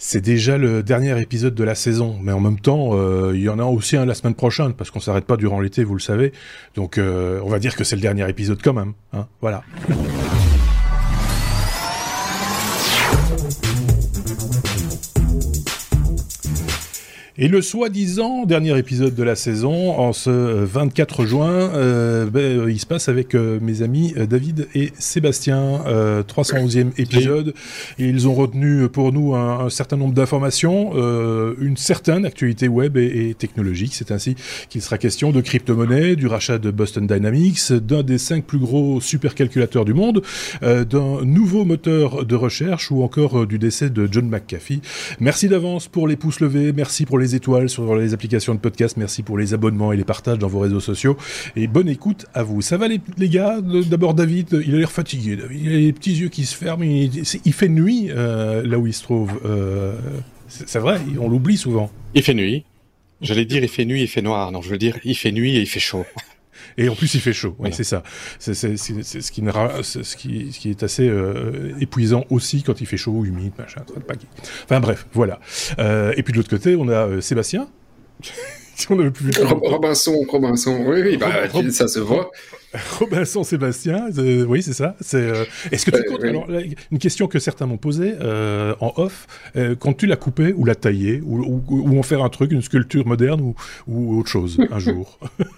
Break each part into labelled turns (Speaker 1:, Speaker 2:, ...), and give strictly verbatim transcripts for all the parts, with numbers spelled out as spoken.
Speaker 1: C'est déjà le dernier épisode de la saison, mais en même temps, euh, il y en a aussi un la semaine prochaine, parce qu'on s'arrête pas durant l'été, vous le savez. Donc, euh, on va dire que c'est le dernier épisode quand même. Hein, voilà. Et le soi-disant dernier épisode de la saison, en ce vingt-quatre juin, euh, ben, il se passe avec euh, mes amis euh, David et Sébastien, euh, trois cent onzième épisode. Et ils ont retenu pour nous un, un certain nombre d'informations, euh, une certaine actualité web et, et technologique. C'est ainsi qu'il sera question de crypto-monnaie, du rachat de Boston Dynamics, d'un des cinq plus gros supercalculateurs du monde, euh, d'un nouveau moteur de recherche ou encore euh, du décès de John McAfee. Merci d'avance pour les pouces levés, merci pour les les étoiles sur les applications de podcast, merci pour les abonnements et les partages dans vos réseaux sociaux, et bonne écoute à vous. Ça va les, les gars? D'abord David, il a l'air fatigué, David. Il a les petits yeux qui se ferment, il, il fait nuit euh, là où il se trouve, euh, c'est, c'est vrai, on l'oublie souvent.
Speaker 2: Il fait nuit, j'allais dire il fait nuit, il fait noir, non je veux dire il fait nuit et il fait chaud.
Speaker 1: Et en plus, il fait chaud. Oui, voilà. C'est ça. C'est, c'est, c'est, c'est, ce qui, c'est ce, qui, ce qui est assez euh, épuisant aussi quand il fait chaud, humide, machin, enfin bref, voilà. Euh, et puis de l'autre côté, on a euh, Sébastien. Si on avait plus
Speaker 3: Robinson, Robinson, oui, oui, bah, Rob... ça se voit.
Speaker 1: Robinson Sébastien, euh, oui, c'est ça. C'est, euh... Est-ce que tu euh, comptes, oui. Alors, là, une question que certains m'ont posée euh, en off, euh, quand tu l'as coupé ou l'as taillé, ou, ou, ou en faire un truc, une sculpture moderne ou, ou autre chose, un jour.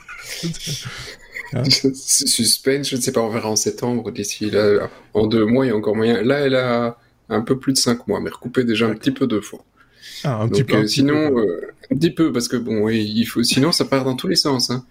Speaker 3: Hein? Suspense, je ne sais pas, on verra en septembre, d'ici là, en deux mois, il y a encore moyen. Là, elle a un peu plus de cinq mois, mais recoupée déjà un petit peu deux fois.
Speaker 1: Ah, un
Speaker 3: Donc,
Speaker 1: petit peu.
Speaker 3: Euh,
Speaker 1: un
Speaker 3: sinon,
Speaker 1: petit peu.
Speaker 3: Euh, un petit peu, parce que bon, oui, il faut. Sinon, ça part dans tous les sens. Hein.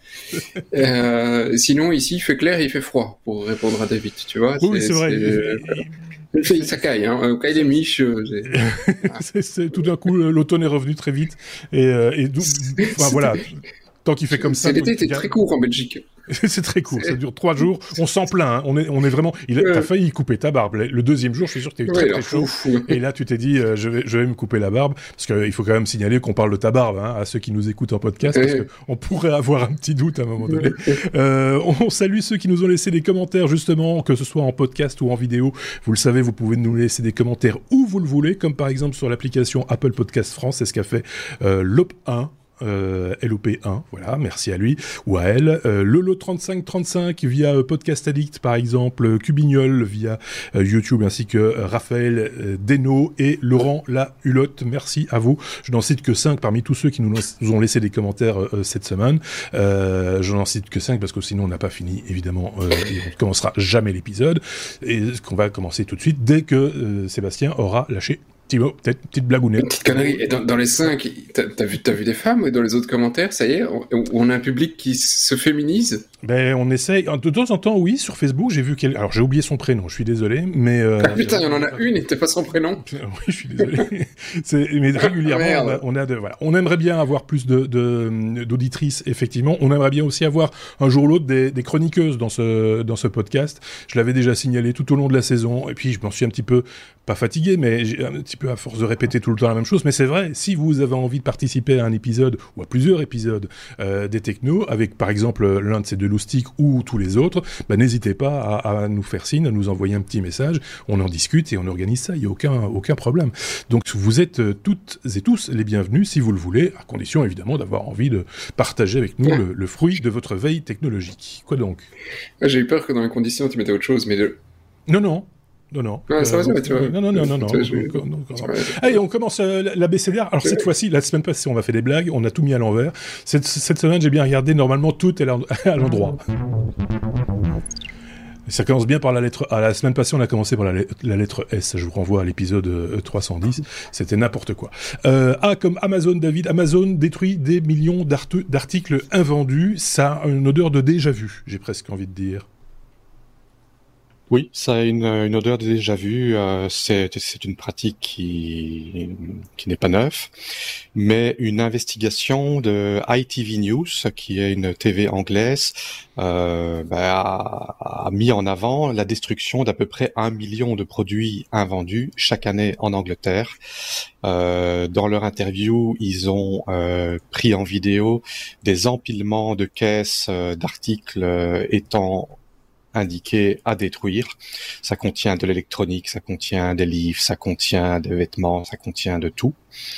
Speaker 3: euh, sinon, ici, il fait clair et il fait froid, pour répondre à David, tu vois.
Speaker 1: Oui, c'est, c'est vrai.
Speaker 3: C'est... Il... Il... Ça caille, hein. Caille les miches. Euh,
Speaker 1: c'est, c'est, tout d'un coup, l'automne est revenu très vite. Et, euh, et d'où... Enfin, voilà. Tant qu'il fait comme ça.
Speaker 3: C'est l'été était très court en Belgique.
Speaker 1: C'est très court, c'est... ça dure trois jours. On s'en plaint, hein. on est, on est vraiment. Il a,
Speaker 3: ouais.
Speaker 1: T'as failli couper ta barbe. Le deuxième jour, je suis sûr que t'as eu très, ouais, très chaud. Fou, fou. Et là, tu t'es dit, euh, je vais, je vais me couper la barbe, parce qu'il faut quand même signaler qu'on parle de ta barbe, hein, à ceux qui nous écoutent en podcast, ouais. Parce qu'on pourrait avoir un petit doute à un moment donné. euh, on salue ceux qui nous ont laissé des commentaires, justement, que ce soit en podcast ou en vidéo. Vous le savez, vous pouvez nous laisser des commentaires où vous le voulez, comme par exemple sur l'application Apple Podcast France. C'est ce qu'a fait euh, Lop un. Euh, L O P un, voilà, merci à lui ou à elle. Euh, Lolo trente-cinq trente-cinq via euh, Podcast Addict par exemple, Cubignol via euh, YouTube, ainsi que euh, Raphaël euh, Deno et Laurent La Hulotte. Merci à vous. Je n'en cite que cinq parmi tous ceux qui nous, nous ont laissé des commentaires euh, cette semaine. Euh, je n'en cite que cinq parce que sinon on n'a pas fini évidemment. Euh, et on ne commencera jamais l'épisode. Et ce qu'on va commencer tout de suite dès que euh, Sébastien aura lâché. Thibaut, peut-être une petite blagounette.
Speaker 3: Une petite connerie. Et dans, dans les cinq, t'as, t'as, vu, t'as vu des femmes, et dans les autres commentaires, ça y est, on, on a un public qui se féminise.
Speaker 1: Ben, on essaye. De temps en temps, oui, sur Facebook, j'ai vu qu'elle. Alors, j'ai oublié son prénom, je suis désolé, mais. Euh...
Speaker 3: Ah putain, il y en a une, et t'es pas son prénom.
Speaker 1: Oui, je suis désolé. C'est... Mais régulièrement, on, a, on a de. Voilà. On aimerait bien avoir plus de, de, d'auditrices, effectivement. On aimerait bien aussi avoir un jour ou l'autre des, des chroniqueuses dans ce, dans ce podcast. Je l'avais déjà signalé tout au long de la saison, et puis je m'en suis un petit peu, pas fatigué, mais j'ai un petit peu à force de répéter tout le temps la même chose. Mais c'est vrai, si vous avez envie de participer à un épisode ou à plusieurs épisodes euh, des Technos, avec par exemple l'un de ces deux loustiques ou tous les autres, bah, n'hésitez pas à, à nous faire signe, à nous envoyer un petit message. On en discute et on organise ça. Il n'y a aucun, aucun problème. Donc vous êtes euh, toutes et tous les bienvenus si vous le voulez, à condition évidemment d'avoir envie de partager avec nous le, le fruit de votre veille technologique. Quoi donc?
Speaker 3: J'ai eu peur que dans les conditions tu mettais autre chose, mais de...
Speaker 1: Non, non. Non, non.
Speaker 3: Ouais, ça
Speaker 1: euh,
Speaker 3: va, ça va, tu vois.
Speaker 1: Non, non, non, non, non. non, non, non, non. Allez, on commence euh, l'abécédaire. Alors, cette fois-ci, la semaine passée, on a fait des blagues, on a tout mis à l'envers. Cette, cette semaine, j'ai bien regardé, normalement, tout est à l'endroit. Ça commence bien par la lettre A. La semaine passée, on a commencé par la, lettre, la lettre S. Je vous renvoie à l'épisode euh, trois cent dix. C'était n'importe quoi. Euh, A comme Amazon, David. Amazon détruit des millions d'art- d'articles invendus. Ça a une odeur de déjà-vu, j'ai presque envie de dire.
Speaker 2: Oui, ça a une, une odeur de déjà vu. Euh, c'est, c'est une pratique qui, qui n'est pas neuve, mais une investigation de I T V News, qui est une T V anglaise, euh, bah, a, a mis en avant la destruction d'à peu près un million de produits invendus chaque année en Angleterre. Euh, dans leur interview, ils ont euh, pris en vidéo des empilements de caisses euh, d'articles euh, étant indiqué à détruire. Ça contient de l'électronique, ça contient des livres, ça contient des vêtements, ça contient de tout.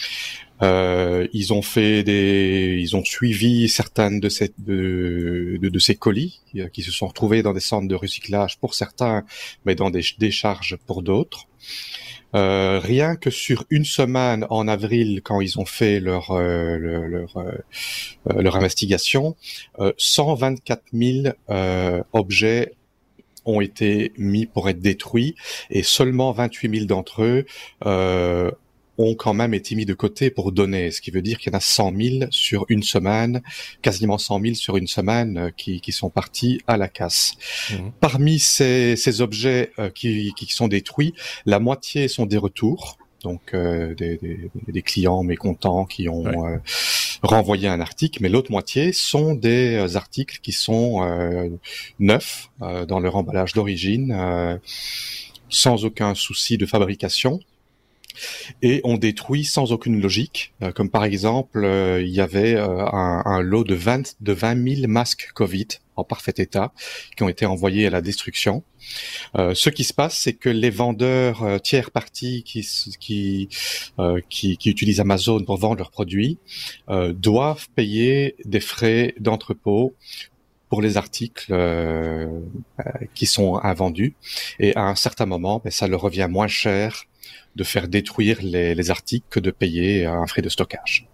Speaker 2: Euh, ils ont fait des, ils ont suivi certaines de ces de, de, de ces colis qui, qui se sont retrouvés dans des centres de recyclage pour certains, mais dans des décharges pour d'autres. Euh, rien que sur une semaine en avril, quand ils ont fait leur euh, leur leur, euh, leur investigation, euh, cent vingt-quatre mille euh, objets ont été mis pour être détruits et seulement vingt-huit mille d'entre eux euh, ont quand même été mis de côté pour donner, ce qui veut dire qu'il y en a cent mille sur une semaine, quasiment cent mille sur une semaine euh, qui, qui sont partis à la casse. Mmh. Parmi ces, ces objets euh, qui, qui sont détruits, la moitié sont des retours, donc euh, des, des, des clients mécontents qui ont ouais. euh, renvoyé un article, mais l'autre moitié sont des euh, articles qui sont euh, neufs euh, dans leur emballage d'origine, euh, sans aucun souci de fabrication. Et on détruit sans aucune logique, euh, comme par exemple, euh, il y avait euh, un, un lot de vingt de vingt mille masques Covid en parfait état qui ont été envoyés à la destruction. Euh, ce qui se passe, c'est que les vendeurs euh, tiers partis qui qui, euh, qui qui utilisent Amazon pour vendre leurs produits euh, doivent payer des frais d'entrepôt pour les articles euh, euh, qui sont invendus. Et à un certain moment, ben, ça leur revient moins cher de faire détruire les, les articles que de payer un frais de stockage.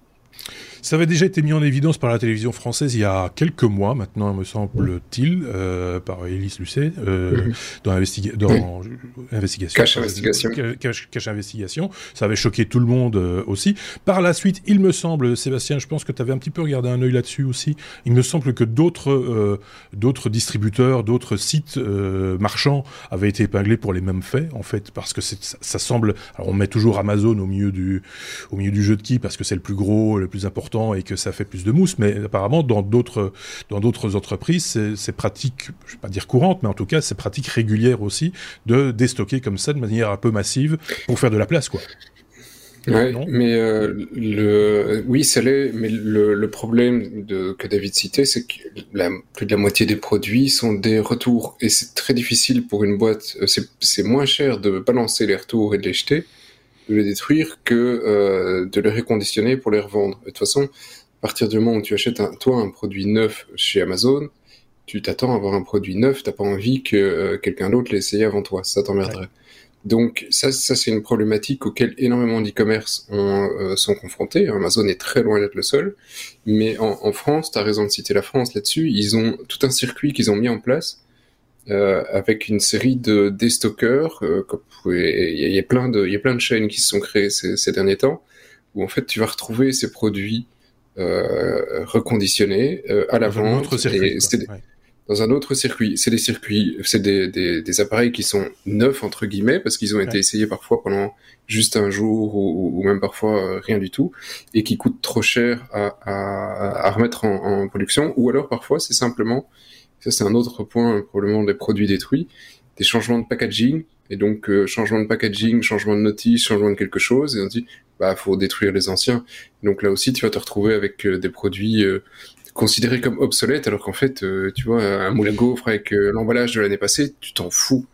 Speaker 1: Ça avait déjà été mis en évidence par la télévision française il y a quelques mois, maintenant me semble-t-il, euh, par Élise Lucet, euh, mmh. dans, investiga- dans oui. investigation,
Speaker 3: cache investigation.
Speaker 1: Cache, cache investigation. Ça avait choqué tout le monde euh, aussi. Par la suite, il me semble, Sébastien, je pense que tu avais un petit peu regardé un œil là-dessus aussi. Il me semble que d'autres, euh, d'autres distributeurs, d'autres sites euh, marchands avaient été épinglés pour les mêmes faits, en fait, parce que c'est, ça, ça semble. Alors on met toujours Amazon au milieu du, au milieu du jeu de qui, parce que c'est le plus gros, le plus important et que ça fait plus de mousse, mais apparemment dans d'autres dans d'autres entreprises, c'est, c'est pratique, je vais pas dire courante, mais en tout cas c'est pratique régulière aussi de déstocker comme ça de manière un peu massive pour faire de la place, quoi.
Speaker 3: Ouais, mais euh, le oui, ça l'est, mais le, le problème de, que David citait, c'est que la, plus de la moitié des produits sont des retours, et c'est très difficile pour une boîte. C'est, c'est moins cher de balancer les retours et de les jeter, de les détruire, que euh, de les reconditionner pour les revendre. De toute façon, à partir du moment où tu achètes un, toi un produit neuf chez Amazon, tu t'attends à avoir un produit neuf, t'as pas envie que euh, quelqu'un d'autre l'ait essayé avant toi, ça t'emmerderait. Ouais. Donc ça, ça c'est une problématique auquel énormément d'e-commerce ont, euh, sont confrontés. Amazon est très loin d'être le seul, mais en, en France, t'as raison de citer la France là-dessus, ils ont tout un circuit qu'ils ont mis en place, Euh, avec une série de déstockeurs, euh, il y a plein de, il y a plein de chaînes qui se sont créées ces, ces derniers temps, où en fait tu vas retrouver ces produits euh, reconditionnés euh, à la dans vente. Un autre circuit, et c'est des, ouais. Dans un autre circuit, c'est des circuits, c'est des, des, des appareils qui sont neufs entre guillemets parce qu'ils ont ouais. été essayés parfois pendant juste un jour ou, ou même parfois euh, rien du tout et qui coûtent trop cher à, à, à remettre en, en production, ou alors parfois c'est simplement ça c'est un autre point, probablement des produits détruits, des changements de packaging, et donc euh, changement de packaging, changement de notice, changement de quelque chose, et on dit, bah faut détruire les anciens. Donc là aussi, tu vas te retrouver avec euh, des produits euh, considérés comme obsolètes, alors qu'en fait, euh, tu vois, un moule à gaufres avec euh, l'emballage de l'année passée, tu t'en fous.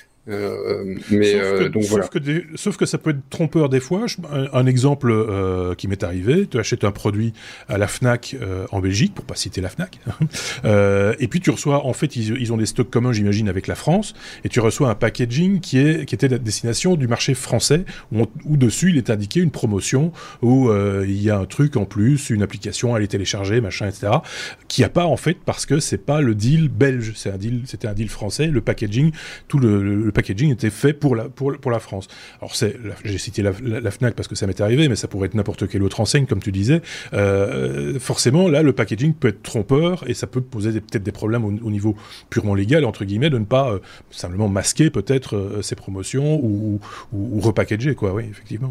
Speaker 3: Euh, mais
Speaker 1: sauf que,
Speaker 3: euh, donc
Speaker 1: sauf
Speaker 3: voilà.
Speaker 1: Que des, sauf que ça peut être trompeur des fois. Je, un, un exemple euh, qui m'est arrivé, tu achètes un produit à la Fnac euh, en Belgique, pour pas citer la Fnac, euh, et puis tu reçois, en fait, ils, ils ont des stocks communs, j'imagine, avec la France, et tu reçois un packaging qui est qui était la destination du marché français, où, on, où dessus il est indiqué une promotion où euh, il y a un truc en plus, une application à aller télécharger, machin, et cetera, qui a pas en fait parce que c'est pas le deal belge, c'est un deal, c'était un deal français. Le packaging, tout le, le packaging était fait pour la, pour, pour la France. Alors c'est, la, j'ai cité la, la, la Fnac parce que ça m'est arrivé, mais ça pourrait être n'importe quelle autre enseigne, comme tu disais. Euh, forcément, là, le packaging peut être trompeur et ça peut poser des, peut-être des problèmes au, au niveau purement légal, entre guillemets, de ne pas euh, simplement masquer peut-être euh, ces promotions ou, ou, ou repackager, quoi, oui, effectivement.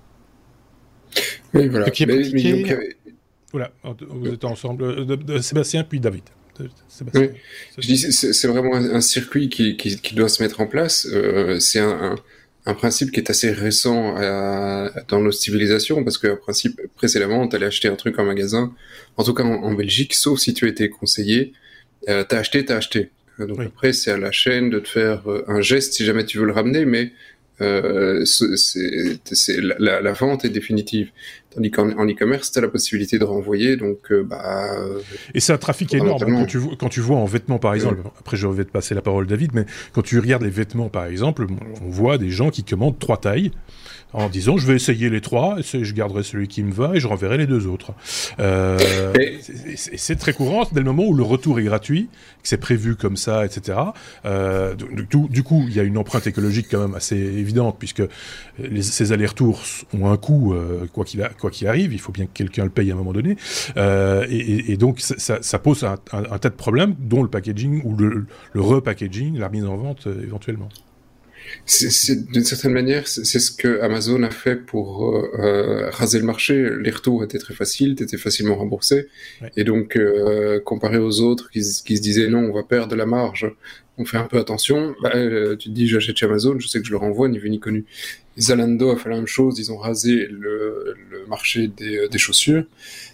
Speaker 3: Oui, voilà.
Speaker 1: Qui est mais, mais donc, voilà, vous êtes ensemble, de, de Sébastien puis David.
Speaker 3: Sébastien. Oui. Je dis, c'est, c'est vraiment un, un circuit qui, qui, qui doit se mettre en place. Euh, c'est un, un, un principe qui est assez récent à, dans nos civilisations, parce qu'un principe, précédemment, t'allais acheter un truc en magasin, en tout cas en, en Belgique, sauf si tu étais conseillé, euh, t'as acheté, t'as acheté. Donc
Speaker 1: oui.
Speaker 3: après, c'est à la chaîne de te faire un geste si jamais tu veux le ramener, mais euh, c'est, c'est, la, la, la vente est définitive. Tandis qu'en en e-commerce, tu as la possibilité de renvoyer, donc euh, bah...
Speaker 1: Et c'est un trafic énorme, hein, quand, tu, quand tu vois en vêtements, par exemple, oui. Après je vais te passer la parole, David, mais quand tu regardes les vêtements, par exemple, on voit des gens qui commandent trois tailles, en disant je vais essayer les trois, je garderai celui qui me va et je renverrai les deux autres. Euh, et... c'est, c'est très courant dès le moment où le retour est gratuit, que c'est prévu comme ça, et cetera. Euh, du, du coup, il y a une empreinte écologique quand même assez évidente, puisque les, ces allers-retours ont un coût, euh, quoi qu'il a, quoi qu'il arrive, il faut bien que quelqu'un le paye à un moment donné. Euh, et, et, et donc ça, ça pose un, un, un tas de problèmes, dont le packaging ou le, le repackaging, la remise en vente euh, éventuellement.
Speaker 3: C'est, c'est, d'une certaine manière, c'est, c'est ce que Amazon a fait pour euh, raser le marché. Les retours étaient très faciles, t'étais facilement remboursé. Ouais. Et donc, euh, comparé aux autres qui, qui se disaient non, on va perdre de la marge, on fait un peu attention, bah, euh, tu te dis j'achète chez Amazon, je sais que je le renvoie, ni vu ni connu. Zalando a fait la même chose, ils ont rasé le, le marché des, des chaussures.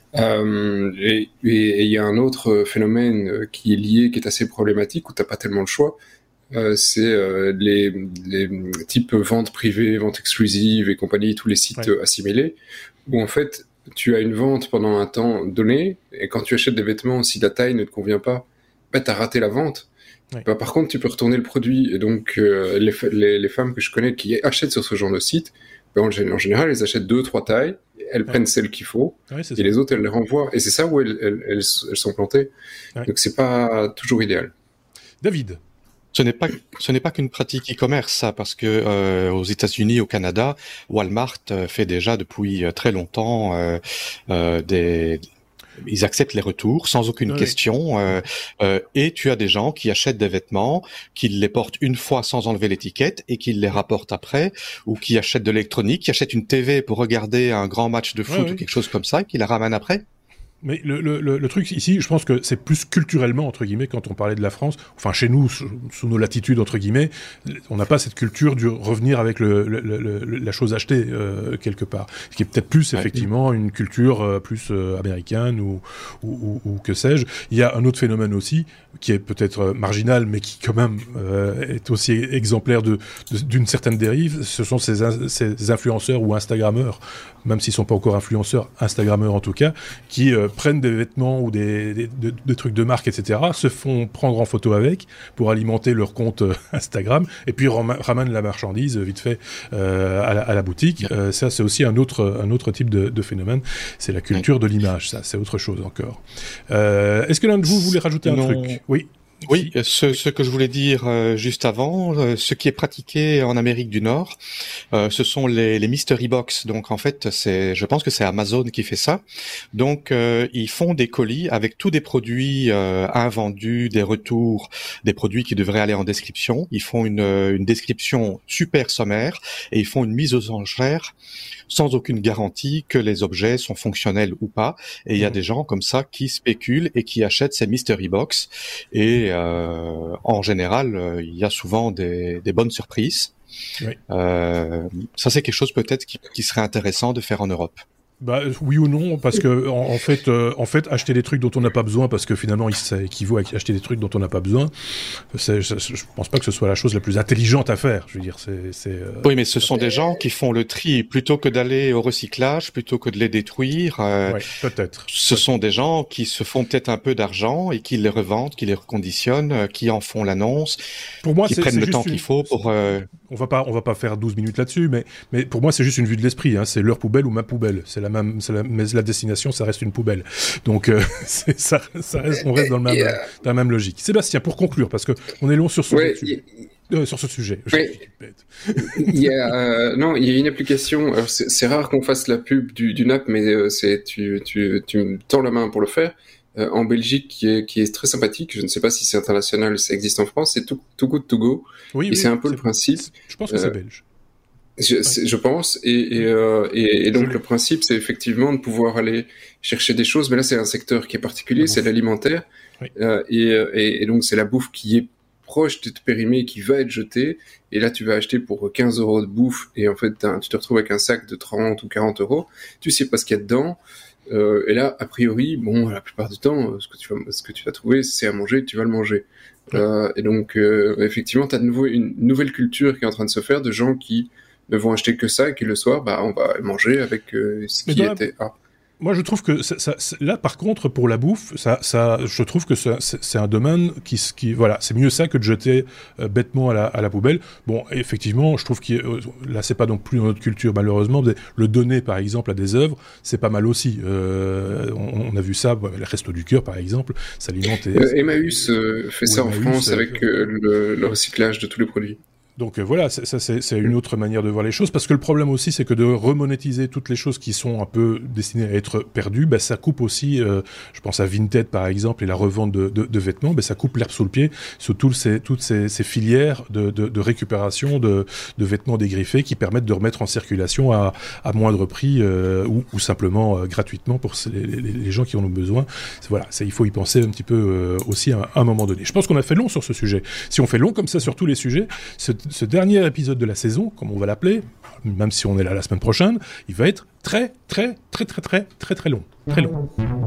Speaker 3: Euh, et il y a un autre phénomène qui est lié, qui est assez problématique, où t'as pas tellement le choix. Euh, c'est euh, les, les types ventes privées, ventes exclusives et compagnie, tous les sites ouais. euh, assimilés, où en fait tu as une vente pendant un temps donné, et quand tu achètes des vêtements, si la taille ne te convient pas, bah, t'as raté la vente. Ouais. Bah, par contre, tu peux retourner le produit, et donc euh, les, les, les femmes que je connais qui achètent sur ce genre de site, bah, en, en général, elles achètent deux, trois tailles, elles ouais. prennent celles qu'il faut, ouais, et ça. Les autres, elles les renvoient, et c'est ça où elles, elles, elles, elles sont plantées. Ouais. Donc c'est pas toujours idéal.
Speaker 1: David.
Speaker 2: Ce n'est pas, ce n'est pas qu'une pratique e-commerce, ça, parce que euh, aux États-Unis, au Canada, Walmart euh, fait déjà depuis euh, très longtemps euh, euh, des, ils acceptent les retours sans aucune oui. question. Euh, euh, et tu as des gens qui achètent des vêtements, qui les portent une fois sans enlever l'étiquette et qui les rapportent après, ou qui achètent de l'électronique, qui achètent une T V pour regarder un grand match de foot oui, ou oui. quelque chose comme ça, et qui la ramènent après.
Speaker 1: Mais le, le, le, le truc ici, je pense que c'est plus culturellement, entre guillemets, quand on parlait de la France, enfin chez nous, sous, sous nos latitudes, entre guillemets, on n'a pas cette culture du revenir avec le, le, le, la chose achetée euh, quelque part. Ce qui est peut-être plus, effectivement, ouais. une culture euh, plus euh, américaine ou, ou, ou, ou que sais-je. Il y a un autre phénomène aussi, qui est peut-être marginal, mais qui quand même euh, est aussi exemplaire de, de, d'une certaine dérive, ce sont ces, in, ces influenceurs ou Instagrammeurs, même s'ils ne sont pas encore influenceurs, Instagrammeurs en tout cas, qui euh, prennent des vêtements ou des, des, des, des trucs de marque, et cetera, se font prendre en photo avec pour alimenter leur compte euh, Instagram, et puis ram- ramènent la marchandise euh, vite fait euh, à, la, à la boutique. Euh, ça, c'est aussi un autre, un autre type de, de phénomène. C'est la culture de l'image, ça, c'est autre chose encore. Euh, est-ce que l'un de vous voulait rajouter
Speaker 2: non.
Speaker 1: un truc ? Oui.
Speaker 2: Oui, ce, ce que je voulais dire euh, juste avant, euh, ce qui est pratiqué en Amérique du Nord, euh, ce sont les, les mystery box. Donc en fait, c'est, je pense que c'est Amazon qui fait ça. Donc euh, ils font des colis avec tous des produits euh, invendus, des retours, des produits qui devraient aller en description. Ils font une, une description super sommaire et ils font une mise aux enchères sans aucune garantie que les objets sont fonctionnels ou pas. Et il y a des gens comme ça qui spéculent et qui achètent ces mystery box. Et euh, en général, euh, il y a souvent des, des bonnes surprises. Oui. Euh, ça, c'est quelque chose peut-être qui, qui serait intéressant de faire en Europe.
Speaker 1: Bah oui ou non, parce que en, en fait, euh, en fait, acheter des trucs dont on n'a pas besoin, parce que finalement, ça équivaut à acheter des trucs dont on n'a pas besoin. C'est, je, je pense pas que ce soit la chose la plus intelligente à faire. Je veux dire, c'est. c'est euh...
Speaker 2: Oui, mais ce sont des gens qui font le tri plutôt que d'aller au recyclage, plutôt que de les détruire. Euh,
Speaker 1: oui, peut-être.
Speaker 2: Ce
Speaker 1: peut-être.
Speaker 2: sont des gens qui se font peut-être un peu d'argent et qui les revendent, qui les reconditionnent, euh, qui en font l'annonce, pour moi, qui c'est, prennent c'est le temps une... qu'il faut pour. Euh...
Speaker 1: On va pas, on va pas faire douze minutes là-dessus, mais, mais pour moi, c'est juste une vue de l'esprit. Hein. C'est leur poubelle ou ma poubelle. C'est la même, c'est la, mais la destination, ça reste une poubelle. Donc, euh, c'est, ça, ça reste, on reste dans le même, yeah. dans la même logique. Sébastien, pour conclure, parce que on est long sur ce,
Speaker 3: ouais,
Speaker 1: sujet, y... euh, sur ce sujet.
Speaker 3: Ouais. il y a, euh, non, il y a une application. Alors c'est, c'est rare qu'on fasse la pub du, d'une app, mais euh, c'est, tu, tu, tu me tends la main pour le faire. Euh, en Belgique, qui est, qui est très sympathique. Je ne sais pas si c'est international, ça existe en France. C'est Too, Too Good To Go.
Speaker 1: Oui,
Speaker 3: et
Speaker 1: oui,
Speaker 3: c'est un peu
Speaker 1: c'est,
Speaker 3: le principe.
Speaker 1: Je pense que c'est euh, belge.
Speaker 3: Je, ouais. je pense. Et, et, euh, et, et donc je... le principe, c'est effectivement de pouvoir aller chercher des choses. Mais là, c'est un secteur qui est particulier, c'est l'alimentaire. Oui. Euh, et, et, et donc c'est la bouffe qui est proche de te périmer, qui va être jetée. Et là, tu vas acheter pour quinze euros de bouffe. Et en fait, tu te retrouves avec un sac de trente ou quarante euros. Tu sais pas ce qu'il y a dedans. Euh, et là, a priori, bon, la plupart du temps, ce que tu vas, ce que tu vas trouver, c'est à manger, tu vas le manger. Ouais. Euh, et donc, euh, effectivement, tu as de nouveau une nouvelle culture qui est en train de se faire de gens qui ne vont acheter que ça et qui le soir, bah, on va manger avec euh, ce qui
Speaker 1: dans
Speaker 3: était...
Speaker 1: La...
Speaker 3: Ah.
Speaker 1: Moi, je trouve que ça, ça, là, par contre, pour la bouffe, ça, ça, je trouve que ça, c'est, c'est un domaine qui, qui, voilà, c'est mieux ça que de jeter euh, bêtement à la, à la poubelle. Bon, effectivement, je trouve que euh, là, c'est pas non plus dans notre culture, malheureusement. Le donner, par exemple, à des œuvres, c'est pas mal aussi. Euh, on, on a vu ça, bah, les Restos du Cœur, par exemple, s'alimenter.
Speaker 3: Euh, Emmaüs euh, fait ça Emmaüs, en France euh, avec euh, le, le recyclage de tous les produits.
Speaker 1: Donc euh, voilà, ça c'est, c'est une autre manière de voir les choses, parce que le problème aussi, c'est que de remonétiser toutes les choses qui sont un peu destinées à être perdues, bah, ça coupe aussi, euh, je pense à Vinted par exemple, et la revente de, de, de vêtements, bah, ça coupe l'herbe sous le pied sur tout ces, toutes ces, ces filières de, de, de récupération de, de vêtements dégriffés qui permettent de remettre en circulation à, à moindre prix euh, ou, ou simplement euh, gratuitement pour les, les, les gens qui en ont besoin. C'est, voilà, c'est, il faut y penser un petit peu euh, aussi à, à un moment donné. Je pense qu'on a fait long sur ce sujet. Si on fait long comme ça sur tous les sujets, c'est ce dernier épisode de la saison, comme on va l'appeler, même si on est là la semaine prochaine, il va être très, très, très, très, très, très, très long. Très long.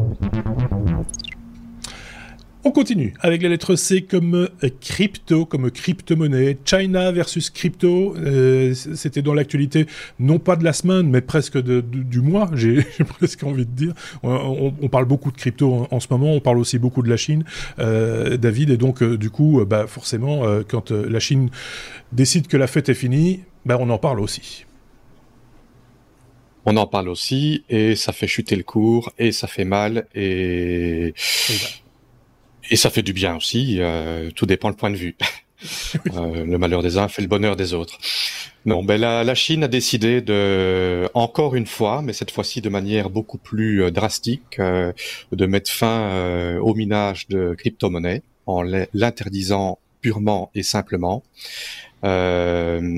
Speaker 1: On continue avec la lettre C comme crypto, comme crypto-monnaie. China versus crypto, euh, c'était dans l'actualité, non pas de la semaine, mais presque de, de, du mois, j'ai, j'ai presque envie de dire. On, on parle beaucoup de crypto en, en ce moment, on parle aussi beaucoup de la Chine, euh, David, et donc euh, du coup, euh, bah, forcément, euh, quand euh, la Chine décide que la fête est finie, bah, on en parle aussi.
Speaker 2: On en parle aussi, et ça fait chuter le cours, et ça fait mal, et... et bah. Et ça fait du bien aussi, euh, tout dépend le point de vue. euh, le malheur des uns fait le bonheur des autres. Non, ben la, la Chine a décidé de, encore une fois, mais cette fois-ci de manière beaucoup plus euh, drastique, euh, de mettre fin euh, au minage de crypto-monnaies en l'interdisant purement et simplement. Euh,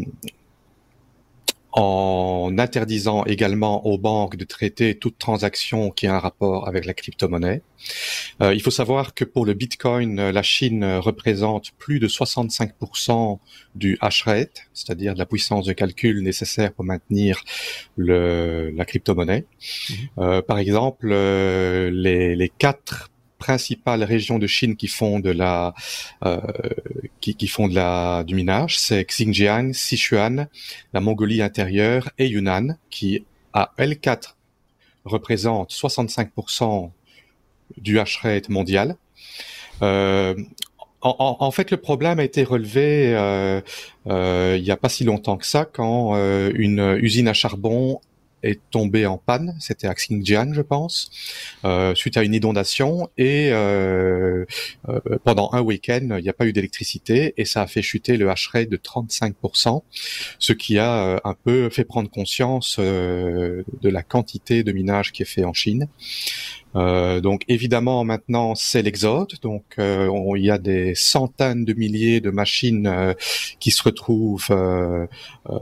Speaker 2: en interdisant également aux banques de traiter toute transaction qui a un rapport avec la crypto-monnaie. Euh, il faut savoir que pour le Bitcoin, la Chine représente plus de soixante-cinq pour cent du hash rate, c'est-à-dire de la puissance de calcul nécessaire pour maintenir le, la crypto-monnaie. Mmh. Euh, par exemple, euh, les, les quatre principales régions de Chine qui font de la euh, qui, qui font de la du minage, c'est Xinjiang, Sichuan, la Mongolie intérieure et Yunnan, qui à L quatre représente soixante-cinq pour cent du hash rate mondial. Euh, en, en, en fait, le problème a été relevé euh, euh, il y a pas si longtemps que ça, quand euh, une usine à charbon est tombé en panne, c'était à Xinjiang, je pense, euh, suite à une inondation, et euh, euh, pendant un week-end, il n'y a pas eu d'électricité, et ça a fait chuter le hash rate de trente-cinq pour cent, ce qui a euh, un peu fait prendre conscience euh, de la quantité de minage qui est fait en Chine. Euh, donc évidemment maintenant c'est l'exode, donc euh, on, il y a des centaines de milliers de machines euh, qui se retrouvent euh, euh,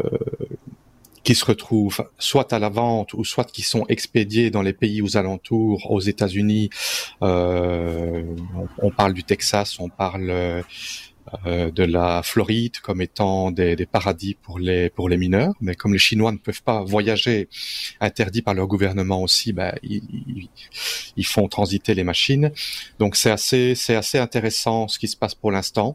Speaker 2: qui se retrouvent soit à la vente ou soit qui sont expédiés dans les pays aux alentours, aux États-Unis. Euh, on, on parle du Texas, on parle euh, de la Floride comme étant des, des paradis pour les pour les mineurs. Mais comme les Chinois ne peuvent pas voyager, interdits par leur gouvernement aussi, ben ils, ils, ils font transiter les machines. Donc c'est assez c'est assez intéressant ce qui se passe pour l'instant.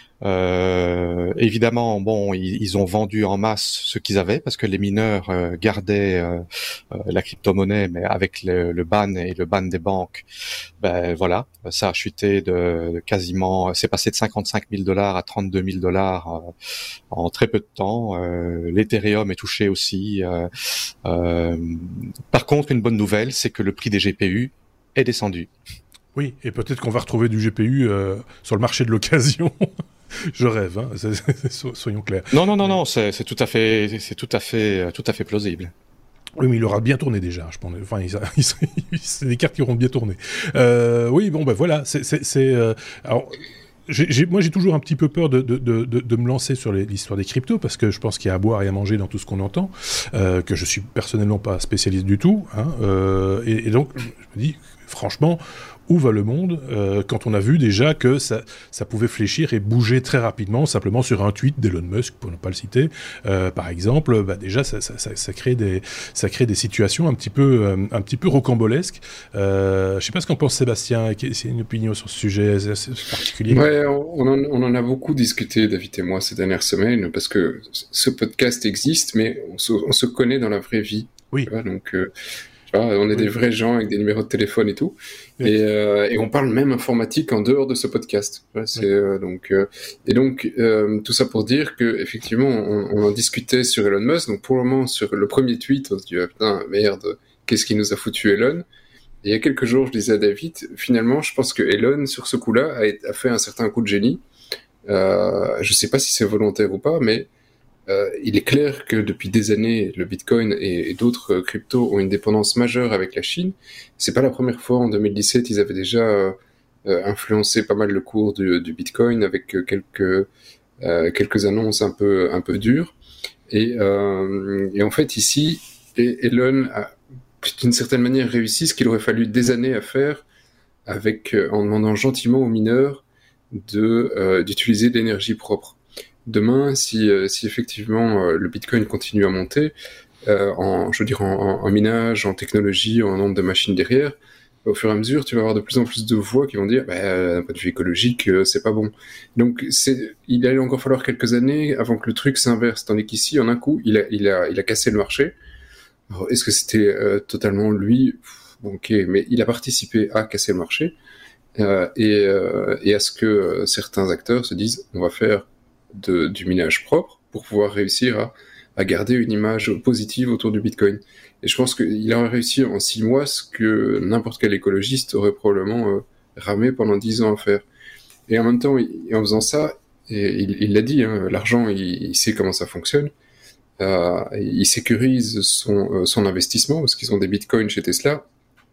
Speaker 2: Euh, évidemment, bon, ils, ils ont vendu en masse ce qu'ils avaient parce que les mineurs euh, gardaient euh, euh, la crypto-monnaie, mais avec le, le ban et le ban des banques, ben voilà, ça a chuté de, de quasiment, c'est passé de cinquante-cinq mille dollars à trente-deux mille dollars euh, en très peu de temps. Euh, L'Ethereum est touché aussi. Euh, euh, par contre, une bonne nouvelle, c'est que le prix des G P U est descendu.
Speaker 1: Oui, et peut-être qu'on va retrouver du G P U euh, sur le marché de l'occasion. Je rêve, hein, c'est, c'est, soyons clairs.
Speaker 2: Non, non, non, non, c'est, c'est tout à fait, c'est tout à fait, tout à fait plausible.
Speaker 1: Oui, mais il aura bien tourné déjà, je pense. Enfin, il, il, il, c'est des cartes qui auront bien tourné. Euh, oui, bon, ben voilà, c'est, c'est, c'est euh, alors. J'ai, j'ai, moi, j'ai toujours un petit peu peur de, de, de, de, de me lancer sur les, l'histoire des cryptos parce que je pense qu'il y a à boire et à manger dans tout ce qu'on entend, euh, que je suis personnellement pas spécialiste du tout, hein, euh, et, et donc je me dis franchement, où va le monde euh, quand on a vu déjà que ça, ça pouvait fléchir et bouger très rapidement, simplement sur un tweet d'Elon Musk, pour ne pas le citer, euh, par exemple, bah déjà ça, ça, ça, ça, crée des, ça crée des situations un petit peu, euh, un petit peu rocambolesques. Euh, je sais pas ce qu'en pense Sébastien, c'est une opinion sur ce sujet c'est, c'est particulier.
Speaker 3: Ouais, on en, on en a beaucoup discuté, David et moi, ces dernières semaines, parce que ce podcast existe, mais on se, on se connaît dans la vraie vie.
Speaker 1: Oui.
Speaker 3: Tu vois, donc... Euh, on est oui. des vrais gens avec des numéros de téléphone et tout, oui. et, euh, et on parle même informatique en dehors de ce podcast. C'est, oui. euh, donc, euh, et donc euh, tout ça pour dire que effectivement, on, on en discutait sur Elon Musk. Donc pour le moment, sur le premier tweet, on se dit ah, putain merde, qu'est-ce qui nous a foutu Elon? Et il y a quelques jours, je disais à David, finalement, je pense que Elon sur ce coup-là a, a fait un certain coup de génie. Euh, je sais pas si c'est volontaire ou pas, mais Euh, il est clair que depuis des années, le Bitcoin et, et d'autres cryptos ont une dépendance majeure avec la Chine. C'est pas la première fois. En deux mille dix-sept, ils avaient déjà euh, influencé pas mal le cours du, du Bitcoin avec quelques euh, quelques annonces un peu un peu dures. Et, euh, et en fait, ici, Elon a d'une certaine manière réussi ce qu'il aurait fallu des années à faire, avec en demandant gentiment aux mineurs de euh, d'utiliser de l'énergie propre. Demain, si, euh, si effectivement euh, le Bitcoin continue à monter, euh, en, je veux dire en, en minage, en technologie, en nombre de machines derrière, au fur et à mesure, tu vas avoir de plus en plus de voix qui vont dire, bah, d'un point de vue écologique, euh, c'est pas bon. Donc, c'est, il allait encore falloir quelques années avant que le truc s'inverse, tandis qu'ici, en un coup, il a, il a, il a cassé le marché. Alors, est-ce que c'était euh, totalement lui? Bon, ok, mais il a participé à casser le marché euh, et, euh, et à ce que euh, certains acteurs se disent, on va faire De, du minage propre pour pouvoir réussir à, à garder une image positive autour du Bitcoin. Et je pense qu'il aurait réussi en six mois ce que n'importe quel écologiste aurait probablement euh, ramé pendant dix ans à faire. Et en même temps, il, et en faisant ça, et il, il l'a dit, hein, l'argent, il, il sait comment ça fonctionne. Euh, il sécurise son, euh, son investissement parce qu'ils ont des Bitcoins chez Tesla.